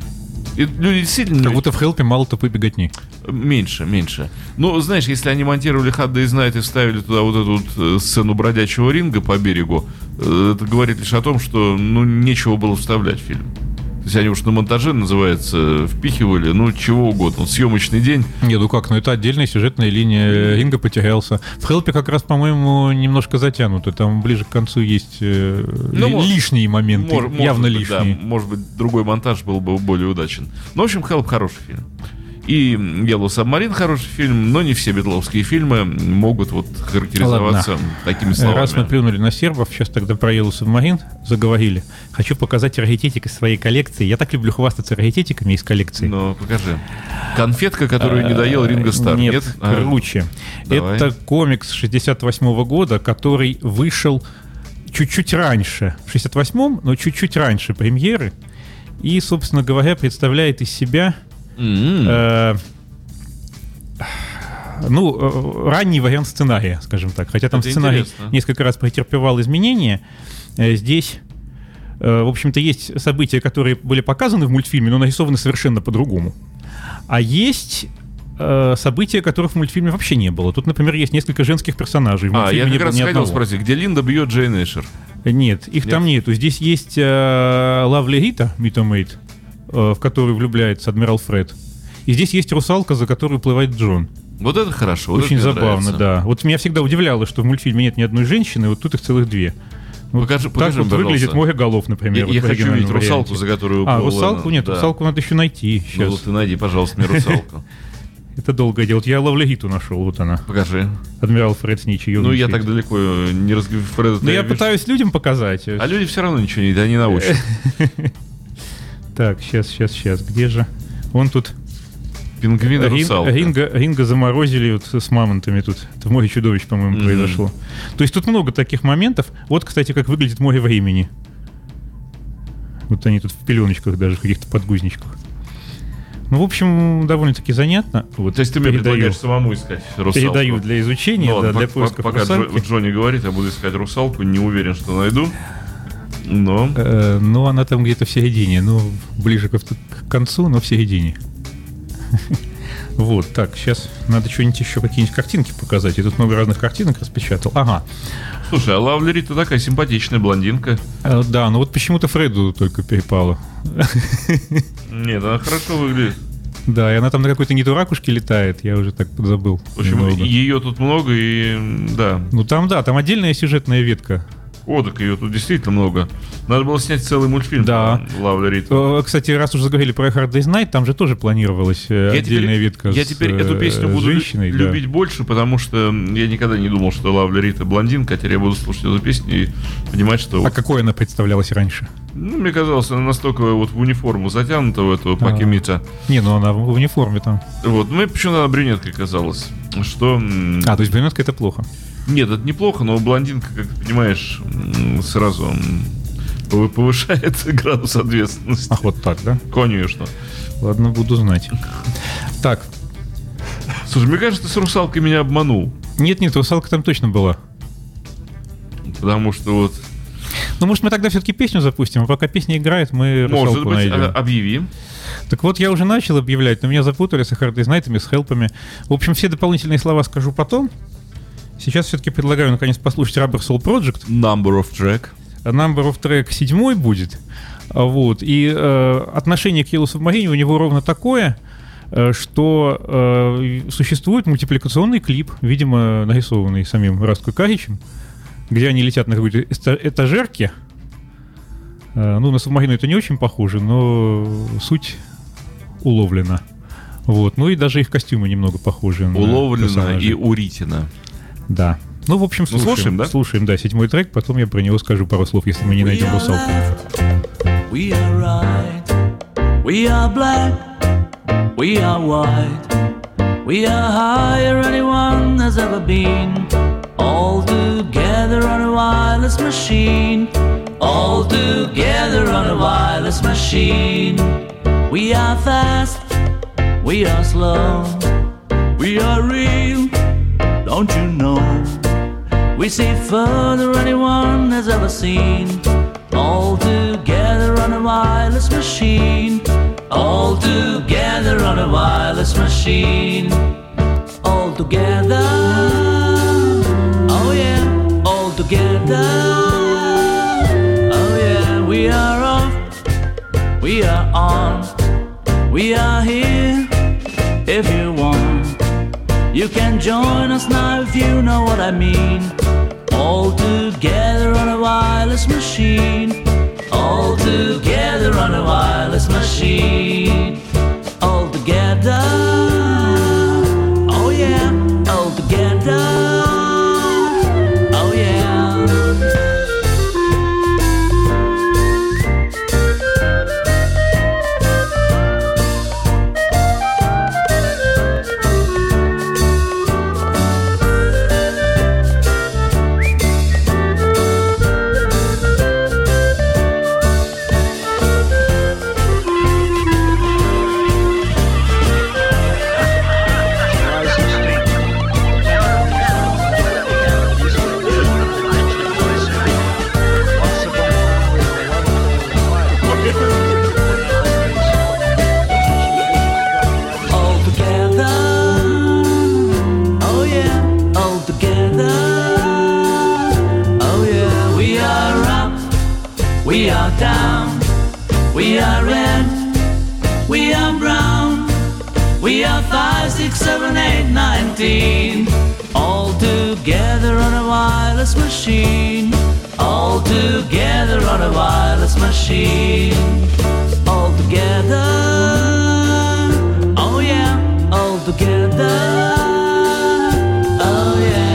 И люди действительно... Как будто в «Хелпе» мало тупой беготни. Меньше, меньше. Ну, знаешь, если они монтировали «Hard Day's Night» и вставили туда вот эту вот сцену бродячего ринга по берегу, это говорит лишь о том, что, ну, нечего было вставлять в фильм. То есть они уж на монтаже, называется, впихивали, ну, чего угодно. Вот съемочный день. Не, ну как, ну это отдельная сюжетная линия. Ринга потерялся. В «Хелпе» как раз, по-моему, немножко затянуто. Там ближе к концу есть э, ну, ли, лишние моменты, мож, явно быть, лишние. Да, может быть, другой монтаж был бы более удачен. Ну, в общем, «Хелп» хороший фильм. И «Yellow Submarine» хороший фильм, но не все битловские фильмы могут вот характеризоваться Ладно. такими словами. Раз мы плюнули на сербов, сейчас тогда про «Yellow Submarine» заговорили. Хочу показать раритетик из своей коллекции. Я так люблю хвастаться раритетиками из коллекции. Ну, покажи. Конфетка, которую не доел Ринго Стар. Нет, Нет? круче. А, Это комикс шестьдесят восьмого года, который вышел чуть-чуть раньше. В шестьдесят восьмом, но чуть-чуть раньше премьеры. И, собственно говоря, представляет из себя... Mm-hmm. Э, ну, ранний вариант сценария, скажем так. Хотя там Это сценарий интересно. Несколько раз претерпевал изменения. Э, здесь, э, в общем-то, есть события, которые были показаны в мультфильме, но нарисованы совершенно по-другому. А есть э, события, которых в мультфильме вообще не было. Тут, например, есть несколько женских персонажей. В а, я как раз хотел одного. спросить, где Линда бьет Джейн Эшер? Нет, их нет. там нету. Здесь есть э, Лавли Рита, Митомейт, в которую влюбляется адмирал Фред. И здесь есть русалка, за которую плывает Джон. Вот это хорошо. Очень вот это забавно, да. Вот меня всегда удивляло, что в мультфильме нет ни одной женщины, вот тут их целых две. Вот покажи, так покажи, вот пожалуйста. Выглядит «Море голов», например. Я, вот я хочу видеть русалку, за которую... А, русалку? Нет, да. русалку надо еще найти. Сейчас. Ну, ты найди, пожалуйста, мне русалку. Это долгое дело. Вот я Лавли Риту нашел, вот она. Покажи. Адмирал Фред с ничего. Ну, я так далеко не разговариваю. Ну, я пытаюсь людям показать. А люди все равно ничего не видят, они научат. Так, сейчас, сейчас, сейчас. Где же? Вон тут... Пингвин и русалка. Ринга, Ринга заморозили вот с мамонтами тут. Это в «Море чудовищ», по-моему, mm-hmm. произошло. То есть тут много таких моментов. Вот, кстати, как выглядит «Море времени». Вот они тут в пеленочках даже, в каких-то подгузничках. Ну, в общем, довольно-таки занятно. Вот, то есть ты мне передаю, предлагаешь самому искать русалку? Передаю для изучения, ну, да, для поиска пока русалки. Пока Джонни говорит, я буду искать русалку. Не уверен, что найду. Но... Э, ну, она там где-то в середине. Ну, ближе к, к концу, но в середине. Вот, так, сейчас надо что-нибудь еще, какие-нибудь картинки показать. Я тут много разных картинок распечатал. Ага. Слушай, а Лавли Рита такая симпатичная блондинка. А, да, ну вот почему-то Фреду только перепало. Нет, она хорошо выглядит. Да, и она там на какой-то не дуракушке летает, я уже так забыл. В общем, ее тут много, и да. Ну там, да, там отдельная сюжетная ветка. О, так ее тут действительно много. Надо было снять целый мультфильм. Да. Лавли Рита. Кстати, раз уже заговорили про Hard Day's Night, там же тоже планировалась я отдельная теперь, ветка. Я теперь эту песню буду женщиной, любить да. больше, потому что я никогда не думал, что Лавли Рита блондинка, а теперь я буду слушать эту песню и понимать, что... А какой она представлялась раньше? Ну, мне казалось, она настолько вот в униформу затянута, в эту Пакемита. Не, ну она в униформе там. Вот, мне почему-то она брюнеткой казалась. Что... А, то есть брюнетка — это плохо? Нет, это неплохо, но блондинка, как ты понимаешь, сразу повышает градус ответственности. Ах, вот так, да? Конечно. Ладно, буду знать. Так. Слушай, мне кажется, ты с русалкой меня обманул. Нет-нет, «Русалка» там точно была. Потому что вот... Ну, может, мы тогда все-таки песню запустим, а пока песня играет, мы «Русалку» Может быть, найдем. объявим. Так вот, я уже начал объявлять, но меня запутали с Hard Day's Night'ами, с хелпами. В общем, все дополнительные слова скажу потом. Сейчас все-таки предлагаю, наконец, послушать Rubber Soul Project. Number of Track. Number of Track седьмой будет. Вот. И э, отношение к Yellow Submarine у него ровно такое, э, что э, существует мультипликационный клип, видимо, нарисованный самим Растко Каричем, где они летят на какой-то этажерке. Э, ну, на Субмарину это не очень похоже, но суть уловлена. Вот. Ну и даже их костюмы немного похожи. Уловлена и уритина. Да. Ну, в общем, слушаем. Ну, слушаем, да? Слушаем, да, седьмой трек, потом я про него скажу пару слов, если мы не найдем «Русалку». We are right, we are black, we are white, we are higher anyone has ever been. All together on a wireless machine, all together on a wireless machine. We are fast, we are slow, we are real, don't you know? We see further anyone has ever seen. All together on a wireless machine, all together on a wireless machine. All together, oh yeah, all together, oh yeah. We are off, we are on, we are here. If you want, you can join us now if you know what I mean. All together on a wireless machine, all together on a wireless machine. All together, oh yeah, all together, oh yeah. We are down, we are red, we are brown, we are five, six, seven, eight, nineteen. All together on a wireless machine, all together on a wireless machine. All together, oh yeah, all together, oh yeah.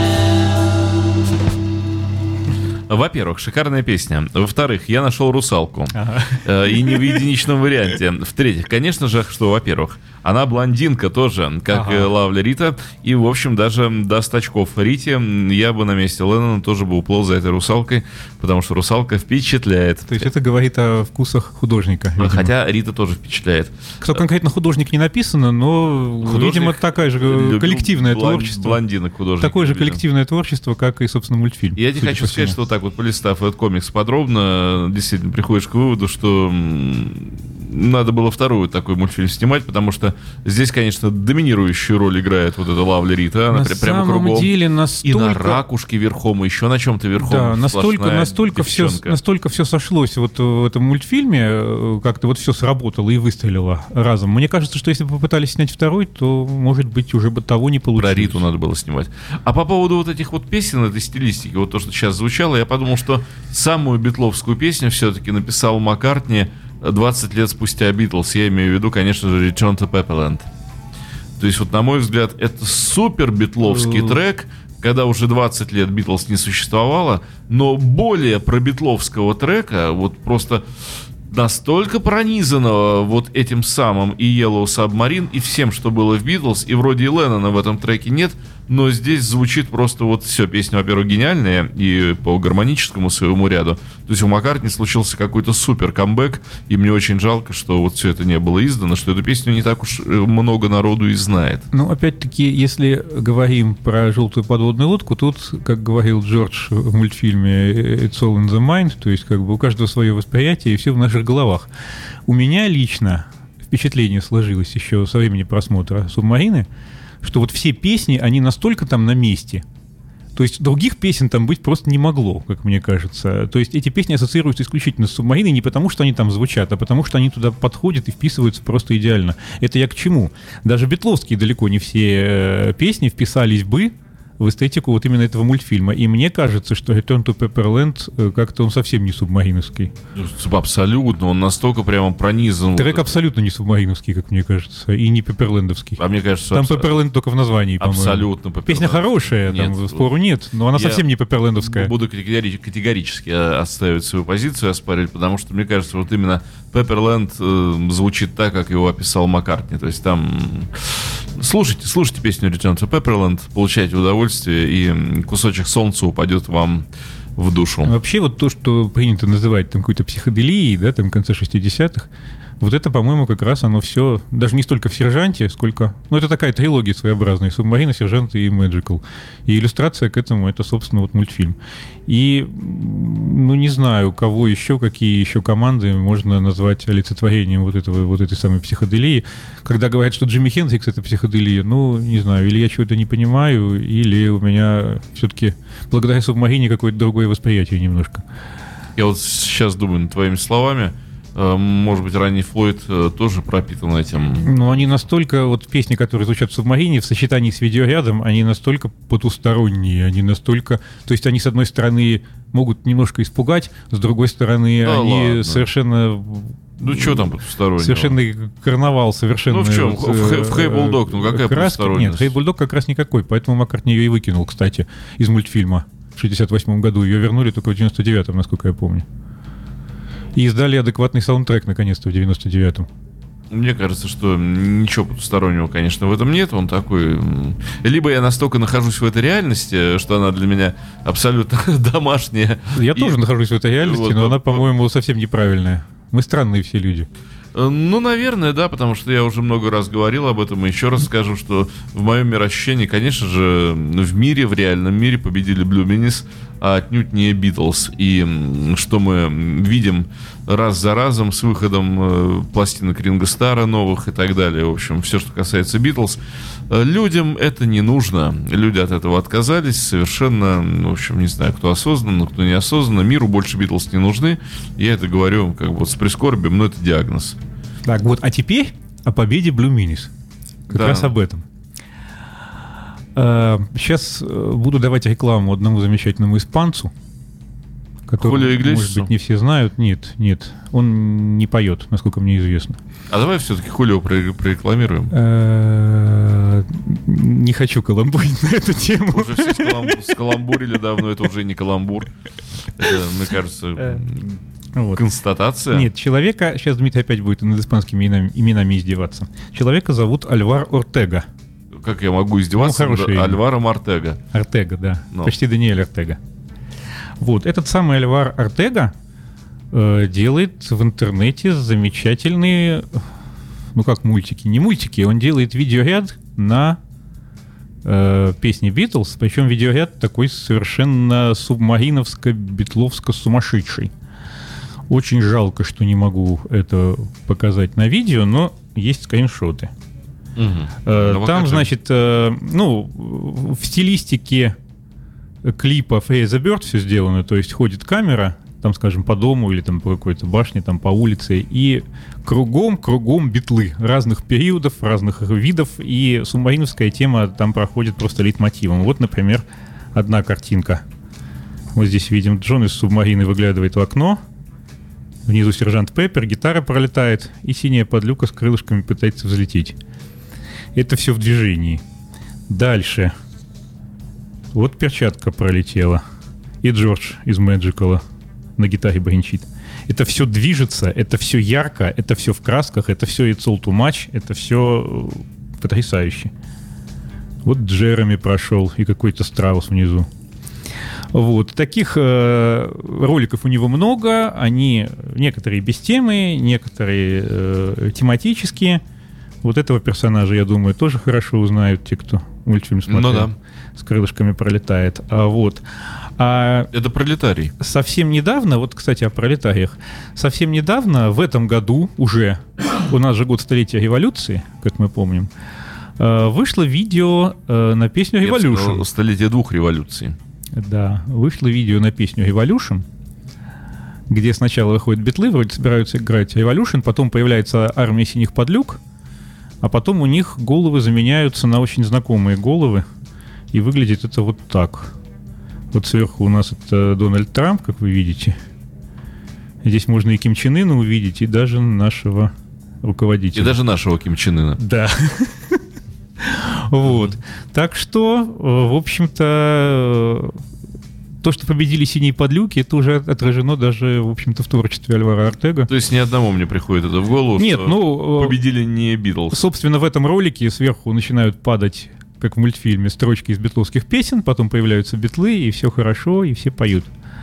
Во-первых, шикарная песня. Во-вторых, я нашел «Русалку». Ага. Э, и не в единичном варианте. В-третьих, конечно же, что, во-первых, она блондинка тоже, как ага. и Лавли Рита. И, в общем, даже даст очков Рите. Я бы на месте Леннона тоже бы уплыл за этой «Русалкой», потому что «Русалка» впечатляет. То есть это говорит о вкусах художника, видимо. Хотя Рита тоже впечатляет. Кто конкретно художник не написано, но, художник, видимо, такая же коллективное блон, творчество. Блондинок художник. Такое же коллективное творчество, как и, собственно, мультфильм. Я тебе хочу сказать, что вот так вот, полистав этот комикс подробно, действительно приходишь к выводу, что надо было вторую такой мультфильм снимать, потому что здесь, конечно, доминирующую роль играет вот эта Лавли Рита. Она на прямо самом кругом. Деле настолько... И на ракушке верхом, и еще на чем-то верхом. Да, настолько, настолько, все, настолько все сошлось вот в этом мультфильме, как-то вот все сработало и выстрелило разом. Мне кажется, что если бы попытались снять второй, то, может быть, уже бы того не получилось. Про Риту надо было снимать. А по поводу вот этих вот песен, этой стилистики, вот то, что сейчас звучало, я подумал, что самую битловскую песню все-таки написал Маккартни двадцать лет спустя Битлз. Я имею в виду, конечно же, Return to Pepperland. То есть, вот, на мой взгляд, это супер битловский трек, когда уже двадцать лет Битлз не существовало, но более пробитловского трека, вот просто настолько пронизанного вот этим самым и Yellow Submarine, и всем, что было в Битлз, и вроде и Леннона в этом треке нет, но здесь звучит просто вот все. Песня, во-первых, гениальная и по гармоническому своему ряду. То есть у Маккартни случился какой-то супер камбэк, и мне очень жалко, что вот все это не было издано, что эту песню не так уж много народу и знает. Ну, опять-таки, если говорим про «Желтую подводную лодку», тут, как говорил Джордж в мультфильме «It's all in the mind», то есть как бы у каждого свое восприятие, и все в наших головах. У меня лично впечатление сложилось еще со времени просмотра «Субмарины», что вот все песни, они настолько там на месте. То есть других песен там быть просто не могло, как мне кажется. То есть эти песни ассоциируются исключительно с «Субмариной» не потому, что они там звучат, а потому, что они туда подходят и вписываются просто идеально. Это я к чему? Даже битловские далеко не все песни вписались бы в эстетику вот именно этого мультфильма. И мне кажется, что Return to Pepperland как-то он совсем не субмариновский. Абсолютно, он настолько прямо пронизан. Трек вот абсолютно не субмариновский, как мне кажется, и не пепперлендовский. А мне кажется, там абс... Пепперленд только в названии, по-моему. Абсолютно Пепперленд. Песня хорошая, нет, там спору нет, но она я совсем не пепперлендовская. Буду категорически отстаивать свою позицию, оспаривать, потому что мне кажется, вот именно Пепперленд э, звучит так, как его описал Маккартни. То есть там слушайте, слушайте песню Return to Pepperland, получайте удовольствие, и кусочек солнца упадет вам в душу. Вообще вот то, что принято называть там какой-то психоделией, да, там в конце шестидесятых, вот это, по-моему, как раз оно все, даже не столько в «Сержанте», сколько... Ну, это такая трилогия своеобразная: «Субмарина», «Сержант» и «Мэджикал». И иллюстрация к этому — это, собственно, вот мультфильм. И, ну, не знаю, кого еще, какие еще команды можно назвать олицетворением вот, этого, вот этой самой психоделии. Когда говорят, что Джимми Хендрикс — это психоделия, ну, не знаю, или я чего-то не понимаю, или у меня все-таки благодаря «Субмарине» какое-то другое восприятие немножко. Я вот сейчас думаю над твоими словами. Может быть, ранний Флойд тоже пропитан этим. Ну, они настолько, вот песни, которые звучат в «Субмарине», в сочетании с видеорядом, они настолько потусторонние, они настолько... То есть они, с одной стороны, могут немножко испугать, с другой стороны, да они ладно. совершенно... Ну, что там потустороннего? Совершенный карнавал, совершенно... Ну, в чем? Вот, в Hey Bulldog, ну, какая краски? потусторонность? Нет, Hey Bulldog как раз никакой, поэтому Маккартни ее и выкинул, кстати, из мультфильма в шестьдесят восьмом году. Ее вернули только в девяносто девятом, насколько я помню. И издали адекватный саундтрек, наконец-то, в девяносто девятом. Мне кажется, что ничего потустороннего, конечно, в этом нет. Он такой... Либо я настолько нахожусь в этой реальности, что она для меня абсолютно домашняя. Я и... тоже нахожусь в этой реальности, вот, но вот, она, по-моему, совсем неправильная. Мы странные все люди. Ну, наверное, да, потому что я уже много раз говорил об этом, и еще раз скажу, что в моем мироощущении, конечно же, в мире, в реальном мире победили Blue Minis, а отнюдь не Beatles. И что мы видим раз за разом с выходом пластинок Ринго Стара новых и так далее, в общем, все, что касается Beatles, людям это не нужно. Люди от этого отказались совершенно, в общем, не знаю, кто осознанно, кто неосознанно. Миру больше Beatles не нужны. Я это говорю как бы вот с прискорбием, но это диагноз. Так, вот, а теперь о победе Blue Minis. Как да. раз об этом. Сейчас буду давать рекламу одному замечательному испанцу, которого, может быть, не все знают. Нет, нет, он не поет, насколько мне известно. А давай все-таки Хулио прорекламируем. Не хочу каламбурить на эту тему. Уже все скаламбурили давно, это уже не каламбур. Это, мне кажется... Вот. Констатация? Нет, человека... Сейчас Дмитрий опять будет над испанскими именами, именами издеваться. Человека зовут Альвар Ортега. Как я могу издеваться над Альваром Ортега? Ортега, да. Но. Почти Даниэль Ортега. Вот, этот самый Альвар Ортега э, делает в интернете замечательные... Ну, как мультики. Не мультики, он делает видеоряд на э, песни Beatles. Причем видеоряд такой совершенно субмариновско-битловско-сумасшедший. Очень жалко, что не могу это показать на видео, но есть скриншоты. Угу. Э, ну, там, значит, э, ну, в стилистике клипа Free the Bird все сделано, то есть ходит камера, там, скажем, по дому или там по какой-то башне, там по улице, и кругом-кругом битлы разных периодов, разных видов, и субмариновская тема там проходит просто лейтмотивом. Вот, например, одна картинка. Вот здесь видим, Джон из субмарины выглядывает в окно. Внизу сержант Пеппер, гитара пролетает, и синяя подлюка с крылышками пытается взлететь. Это все в движении. Дальше. Вот перчатка пролетела. И Джордж из Мэджикала на гитаре бренчит. Это все движется, это все ярко, это все в красках, это все it's all too much, это все потрясающе. Вот Джереми прошел и какой-то страус внизу. Вот. Таких э, роликов у него много. Они некоторые без темы, некоторые э, тематические. Вот этого персонажа, я думаю, тоже хорошо узнают те, кто мультфильм смотрел. Ну да. С крылышками пролетает. А, вот. А это пролетарий. Совсем недавно, вот, кстати, о пролетариях. Совсем недавно, в этом году уже, у нас же год столетия революции, как мы помним, вышло видео на песню Revolution. Столетие двух революций. Да, вышло видео на песню Revolution, где сначала выходят битлы, вроде собираются играть Revolution, потом появляется армия синих подлюк, а потом у них головы заменяются на очень знакомые головы, и выглядит это вот так. Вот сверху у нас это Дональд Трамп, как вы видите. Здесь можно и Ким Чен Ына увидеть, и даже нашего руководителя. И даже нашего Ким Чен Ына. Да. Вот. Так что, в общем-то, то, что победили синие подлюки, это уже отражено даже, в общем-то, в творчестве Альвара Ортега. То есть ни одному мне приходит это в голову, Нет, что ну, победили не Битлз. Собственно, в этом ролике сверху начинают падать, как в мультфильме, строчки из битловских песен, потом появляются битлы, и все хорошо, и все поют.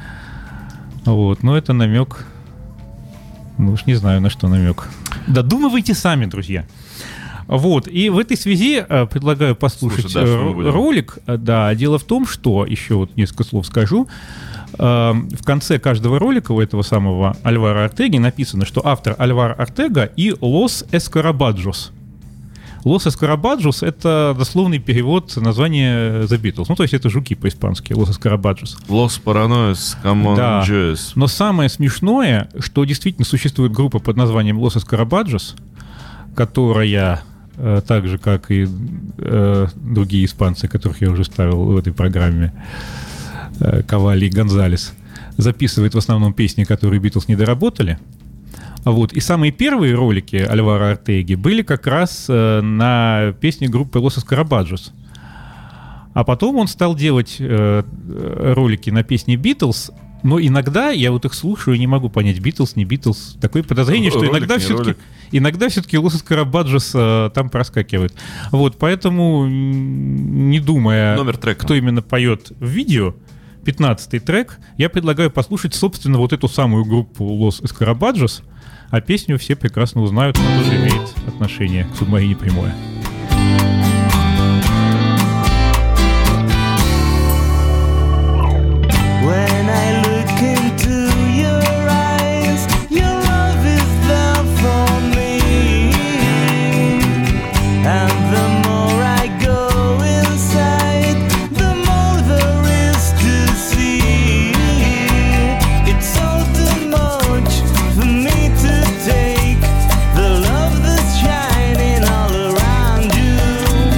Вот, но это намек. Ну уж не знаю, на что намек. Додумывайте сами, друзья. Вот, и в этой связи э, предлагаю послушать Слушай, да, р- ролик. Да, дело в том, что, еще вот несколько слов скажу, э, в конце каждого ролика у этого самого Альвара Ортеги написано, что автор Альвар Ортега и Лос Эскарабаджос. Лос Эскарабаджос — это дословный перевод названия The Beatles. Ну, то есть это жуки по-испански, Лос Эскарабаджос. Лос Параноис, Камон да. Джесс. Но самое смешное, что действительно существует группа под названием Лос Эскарабаджос, которая... так же, как и э, другие испанцы, которых я уже ставил в этой программе, э, Кавали и Гонзалес, записывает в основном песни, которые Битлз не доработали. Вот. И самые первые ролики Альвара Ортеги были как раз э, на песни группы Лос Эскарабаджос. А потом он стал делать э, ролики на песни Битлз, но иногда я вот их слушаю и не могу понять, Битлз, не Битлз. Такое подозрение, что ролик, иногда все-таки... Ролик. Иногда все-таки Лос Эскарабаджос э, там проскакивает. Вот, поэтому, не думая, кто именно поет в видео, пятнадцатый трек, я предлагаю послушать, собственно, вот эту самую группу Лос Эскарабаджос, а песню все прекрасно узнают, она тоже имеет отношение к «Субмарине прямое». Take the love that's shining all around you.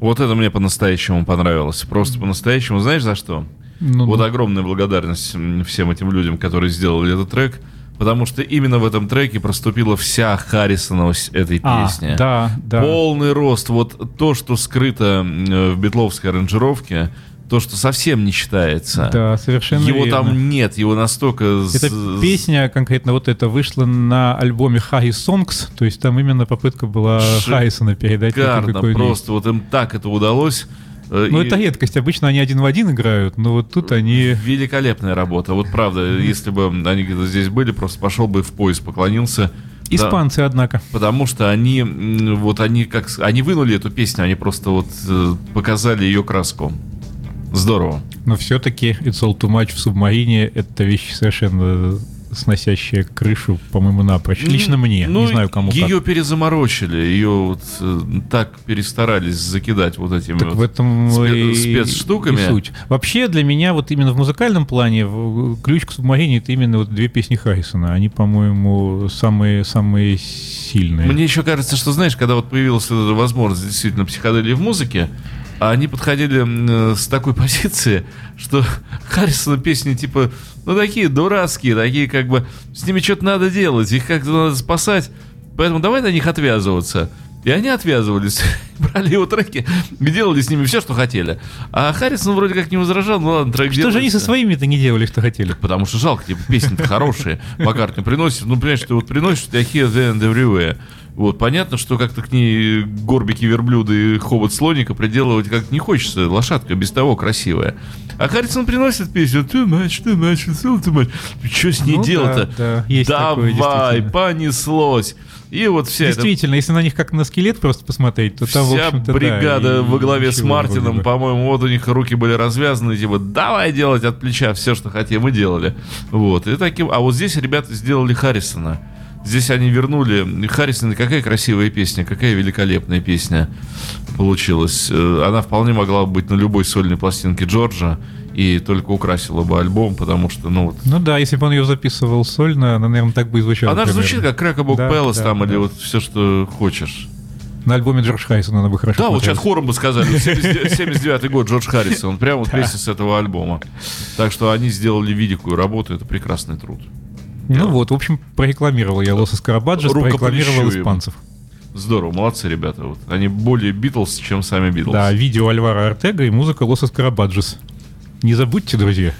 Вот это мне по-настоящему понравилось. Просто по-настоящему. Знаешь, за что? Ну, вот ну. огромная благодарность всем этим людям, которые сделали этот трек. Потому что именно в этом треке проступила вся Харрисоновость этой а, песни. Да, да. Полный рост. Вот то, что скрыто в битловской аранжировке, то, что совсем не считается. Да, совершенно Его верно. там нет, его настолько... Эта песня, конкретно вот эта, вышла на альбоме Harry Songs, то есть там именно попытка была Харрисона передать. Шикарно, просто вот им так это удалось. Ну, и... это редкость. Обычно они один в один играют, но вот тут они... Великолепная работа. Вот правда, mm-hmm. если бы они где-то здесь были, просто пошел бы в пояс, поклонился. Испанцы, да, однако. Потому что они, вот они как... Они вынули эту песню, они просто вот показали ее краску. Здорово. Но все-таки It's All Too Much в Субмарине — это вещь совершенно сносящая крышу, по-моему, напрочь. Лично мне, ну, не знаю, кому ее как. перезаморочили, ее вот э, так перестарались закидать вот этими так вот в этом спе- и, спецштуками. И суть. Вообще, для меня вот именно в музыкальном плане ключ к Субмарине — это именно вот две песни Харрисона. Они, по-моему, самые, самые сильные. Мне еще кажется, что, знаешь, когда вот появилась эта возможность действительно психоделии в музыке, а они подходили с такой позиции, что Харрисона песни типа, ну такие дурацкие, такие как бы, с ними что-то надо делать, их как-то надо спасать, поэтому давай на них отвязываться. И они отвязывались, брали его треки, делали с ними все, что хотели. А Харрисон вроде как не возражал, ну ладно, трек Что делается. же они со своими-то не делали, что хотели? Потому что жалко, типа, песни-то хорошие. Маккартни приносит, ну, понимаешь, ты вот приносишь, у тебя Here, There and Everywhere. Вот, понятно, что как-то к ней горбики верблюда и хобот слоника приделывать как-то не хочется. Лошадка без того красивая. А Харрисон приносит песню too much, too much, too much. Что с ней ну, делать-то? Да, да. Есть Давай, такое, понеслось. И вот вся действительно, эта... если на них как на скелет просто посмотреть, то там, вся в общем-то, бригада да, во главе с Мартином, бы. по-моему, вот у них руки были развязаны, типа, давай делать от плеча все, что хотим, и делали. Вот, и таким... А вот здесь ребята сделали Харрисона. Здесь они вернули Харрисона. Какая красивая песня, какая великолепная песня получилась. Она вполне могла быть на любой сольной пластинке Джорджа и только украсила бы альбом, потому что, ну вот... Ну да, если бы он ее записывал сольно, она, наверное, так бы и звучала. Она же звучит как Crack a Book да, Palace, да, там, да. или вот все, что хочешь. На альбоме Джордж Харрисон она бы хорошо Да, смотрелась. вот сейчас хором бы сказали, семьдесят девятый год, Джордж Харрисон, прямо вот песня с этого альбома. Так что они сделали великую работу, это прекрасный труд. Ну вот, в общем, прорекламировал я Лос Эскарабаджос, прорекламировал испанцев. Здорово, молодцы ребята. Вот. Они более Битлз, чем сами Битлз. Да, видео Альваро Ортега и музыка Лос Эскарабаджос. Не забудьте, друзья.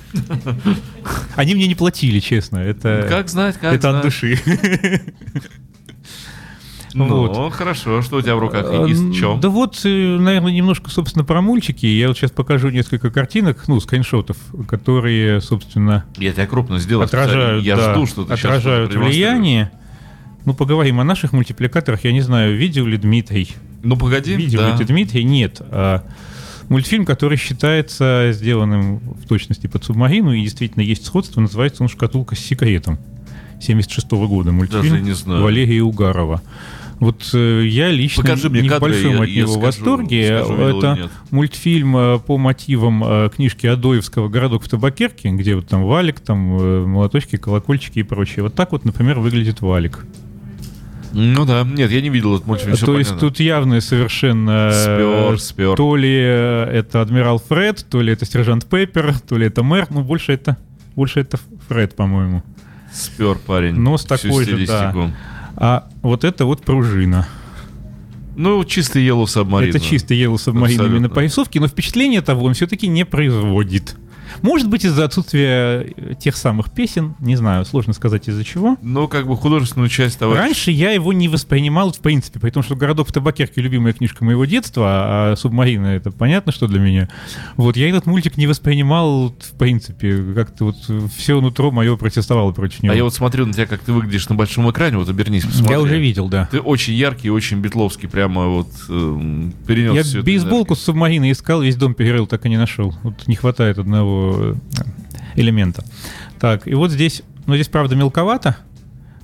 Они мне не платили, честно. Это, как знать, как это знать. от души. Ну, вот. Хорошо. Что у тебя в руках есть? Чем? Да вот, наверное, немножко, собственно, про мультики. Я вот сейчас покажу несколько картинок, ну, скриншотов, которые, собственно... Я тебя крупно сделал. Отражают, Я да, жду, что ты отражают влияние. Ну, поговорим о наших мультипликаторах. Я не знаю, видел ли Дмитрий? Ну, погоди. Видел да. ли ты, Дмитрий? Нет. А мультфильм, который считается сделанным в точности под Субмарину, и действительно есть сходство, называется он «Шкатулка с секретом». семьдесят шестого года мультфильм не знаю. Валерия Угарова. Вот э, я лично Покажи мне не в кадры, большом я, от я него скажу, восторге. скажу, Это мультфильм э, по мотивам э, книжки Адоевского «Городок в табакерке», где вот там валик, там э, молоточки, колокольчики и прочее. Вот так вот, например, выглядит валик. Ну да, нет, я не видел этот мультфильм. То есть понятно. Тут явно совершенно спер, спер. То ли это адмирал Фред, то ли это сержант Пеппер, то ли это мэр. Ну, больше это, больше это Фред, по-моему. Спер парень. Но с такой же, да. А вот это вот пружина. Ну, чистый Yellow Submarine. Это чистый Yellow Submarine именно по рисовке, но впечатление того он все-таки не производит. Может быть, из-за отсутствия тех самых песен, не знаю, сложно сказать из-за чего. Ну, как бы художественную часть того. Раньше я его не воспринимал в принципе, потому что «Городок в табакерке» — любимая книжка моего детства, а «Субмарина» — это понятно, что для меня. Вот я этот мультик не воспринимал в принципе, как-то вот все нутро мое протестовало против него. А я вот смотрю на тебя, как ты выглядишь на большом экране, вот обернись, посмотри. Я уже видел, да. Ты очень яркий, очень битловский, прямо вот э, перенес я всю бейсболку с «Субмарины» искал, весь дом перерыл, так и не нашел. Вот не хватает одного элемента. Так, и вот здесь, ну здесь, правда, мелковато,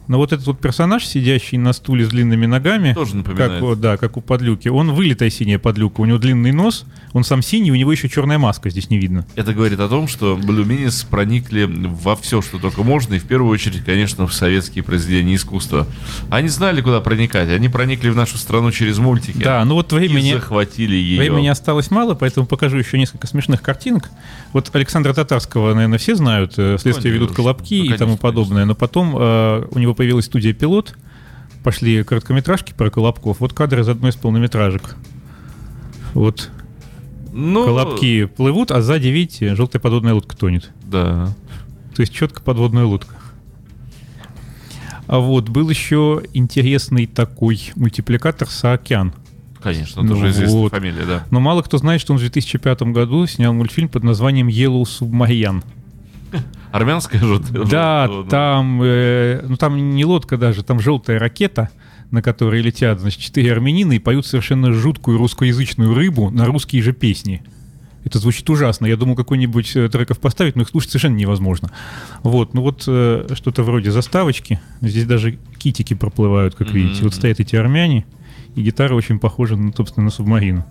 Но вот этот вот персонаж, сидящий на стуле с длинными ногами, тоже напоминает. Как, да, как у Подлюки, он вылитая синяя Подлюка, у него длинный нос, он сам синий, у него еще черная маска, здесь не видно. Это говорит о том, что Blue Meanies проникли во все, что только можно, и в первую очередь, конечно, в советские произведения искусства. Они знали, куда проникать, они проникли в нашу страну через мультики. Да, ну вот времени, и захватили ее. Времени осталось мало, поэтому покажу еще несколько смешных картинок. Вот Александра Татарского, наверное, все знают, «Следствие конечно, ведут колобки» ну, и тому подобное, конечно. Но потом э, у него появилась студия «Пилот», пошли короткометражки про колобков. Вот кадры из одной из полнометражек. Вот. Ну, колобки плывут, а сзади, видите, желтая подводная лодка тонет. Да. То есть четко подводная лодка. А вот был еще интересный такой мультипликатор «Саакян». Конечно, это ну, уже известная вот. фамилия, да. Но мало кто знает, что он в две тысячи пятом году снял мультфильм под названием «Yellow Submarine». Армянская же. Да, желтая, там, э, ну там не лодка даже, там желтая ракета, на которой летят, значит, четыре армянина и поют совершенно жуткую русскоязычную рыбу на русские же песни. Это звучит ужасно. Я думал, какой-нибудь треков поставить, но их слушать совершенно невозможно. Вот, ну вот э, что-то вроде заставочки. Здесь даже китики проплывают, как mm-hmm. видите. Вот стоят эти армяне, и гитара очень похожа, ну, собственно, на субмарину.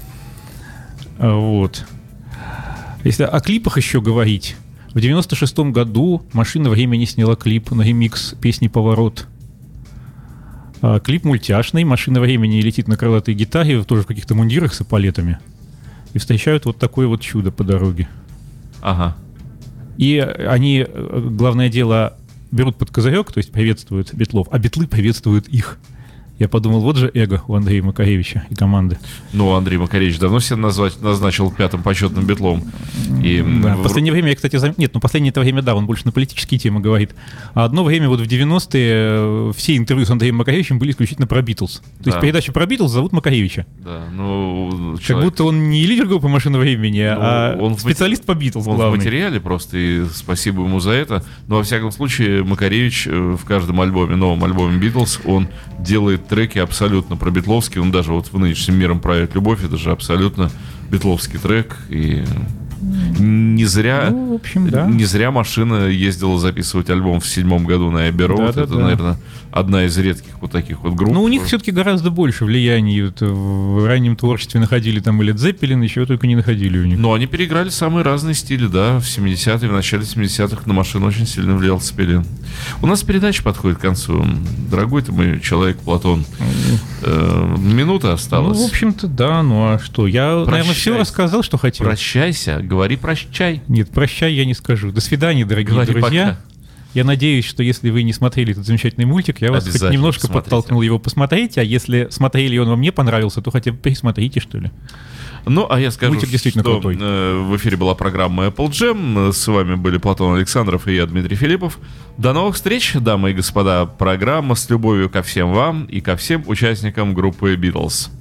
Вот. Если о клипах еще говорить, в девяносто шестом году «Машина времени» сняла клип на ремикс песни «Поворот». А клип мультяшный, «Машина времени» летит на крылатой гитаре, тоже в каких-то мундирах с эполетами, и встречают вот такое вот чудо по дороге. Ага. И они, главное дело, берут под козырек, то есть приветствуют битлов, а битлы приветствуют их. Я подумал, вот же эго у Андрея Макаревича и команды. Ну, Андрей Макаревич давно себя назвать, назначил пятым почетным битлом. И... Да, в последнее время, я, кстати, зам... нет, ну, последнее это время, да, он больше на политические темы говорит. А одно время, вот в девяностые, все интервью с Андреем Макаревичем были исключительно про Битлз. То да. есть передачу про Битлз зовут Макаревича. Да, ну... Как человек... будто он не лидер группы «Машина времени», ну, а он специалист в... по Битлз Он главный. в материале просто, и спасибо ему за это. Но, во всяком случае, Макаревич в каждом альбоме, новом альбоме Битлз, он делает треки абсолютно про битловский. Он даже вот в «Нынешнем миром правит любовь», это же абсолютно битловский трек. И не зря, ну, в общем, да. не зря «Машина» ездила записывать альбом в седьмом году на Эбби Роуд. Да, это, да, да. наверное, одна из редких вот таких вот групп. Ну, у них все-таки гораздо больше влияний. Вот в раннем творчестве находили там и Led Zeppelin, еще только не находили у них. Но они переиграли самые разные стили, да. В семидесятые, в начале семидесятых на «Машину» очень сильно влиял Цепелин. У нас передача подходит к концу. Дорогой ты мой человек, Платон. Э, минута осталась. Ну, в общем-то, да. Ну, а что? Я, Прощайся. наверное, все рассказал, что хотел. Прощайся, говори прощай. Нет, прощай я не скажу. До свидания, дорогие говори друзья. Пока. Я надеюсь, что если вы не смотрели этот замечательный мультик, я вас хоть немножко посмотрите. подтолкнул его посмотреть, а если смотрели и он вам не понравился, то хотя бы пересмотрите, что ли. Ну, а я скажу, мультик действительно что крутой. В эфире была программа Apple Jam. С вами были Платон Александров и я, Дмитрий Филиппов. До новых встреч, дамы и господа. Программа с любовью ко всем вам и ко всем участникам группы Beatles.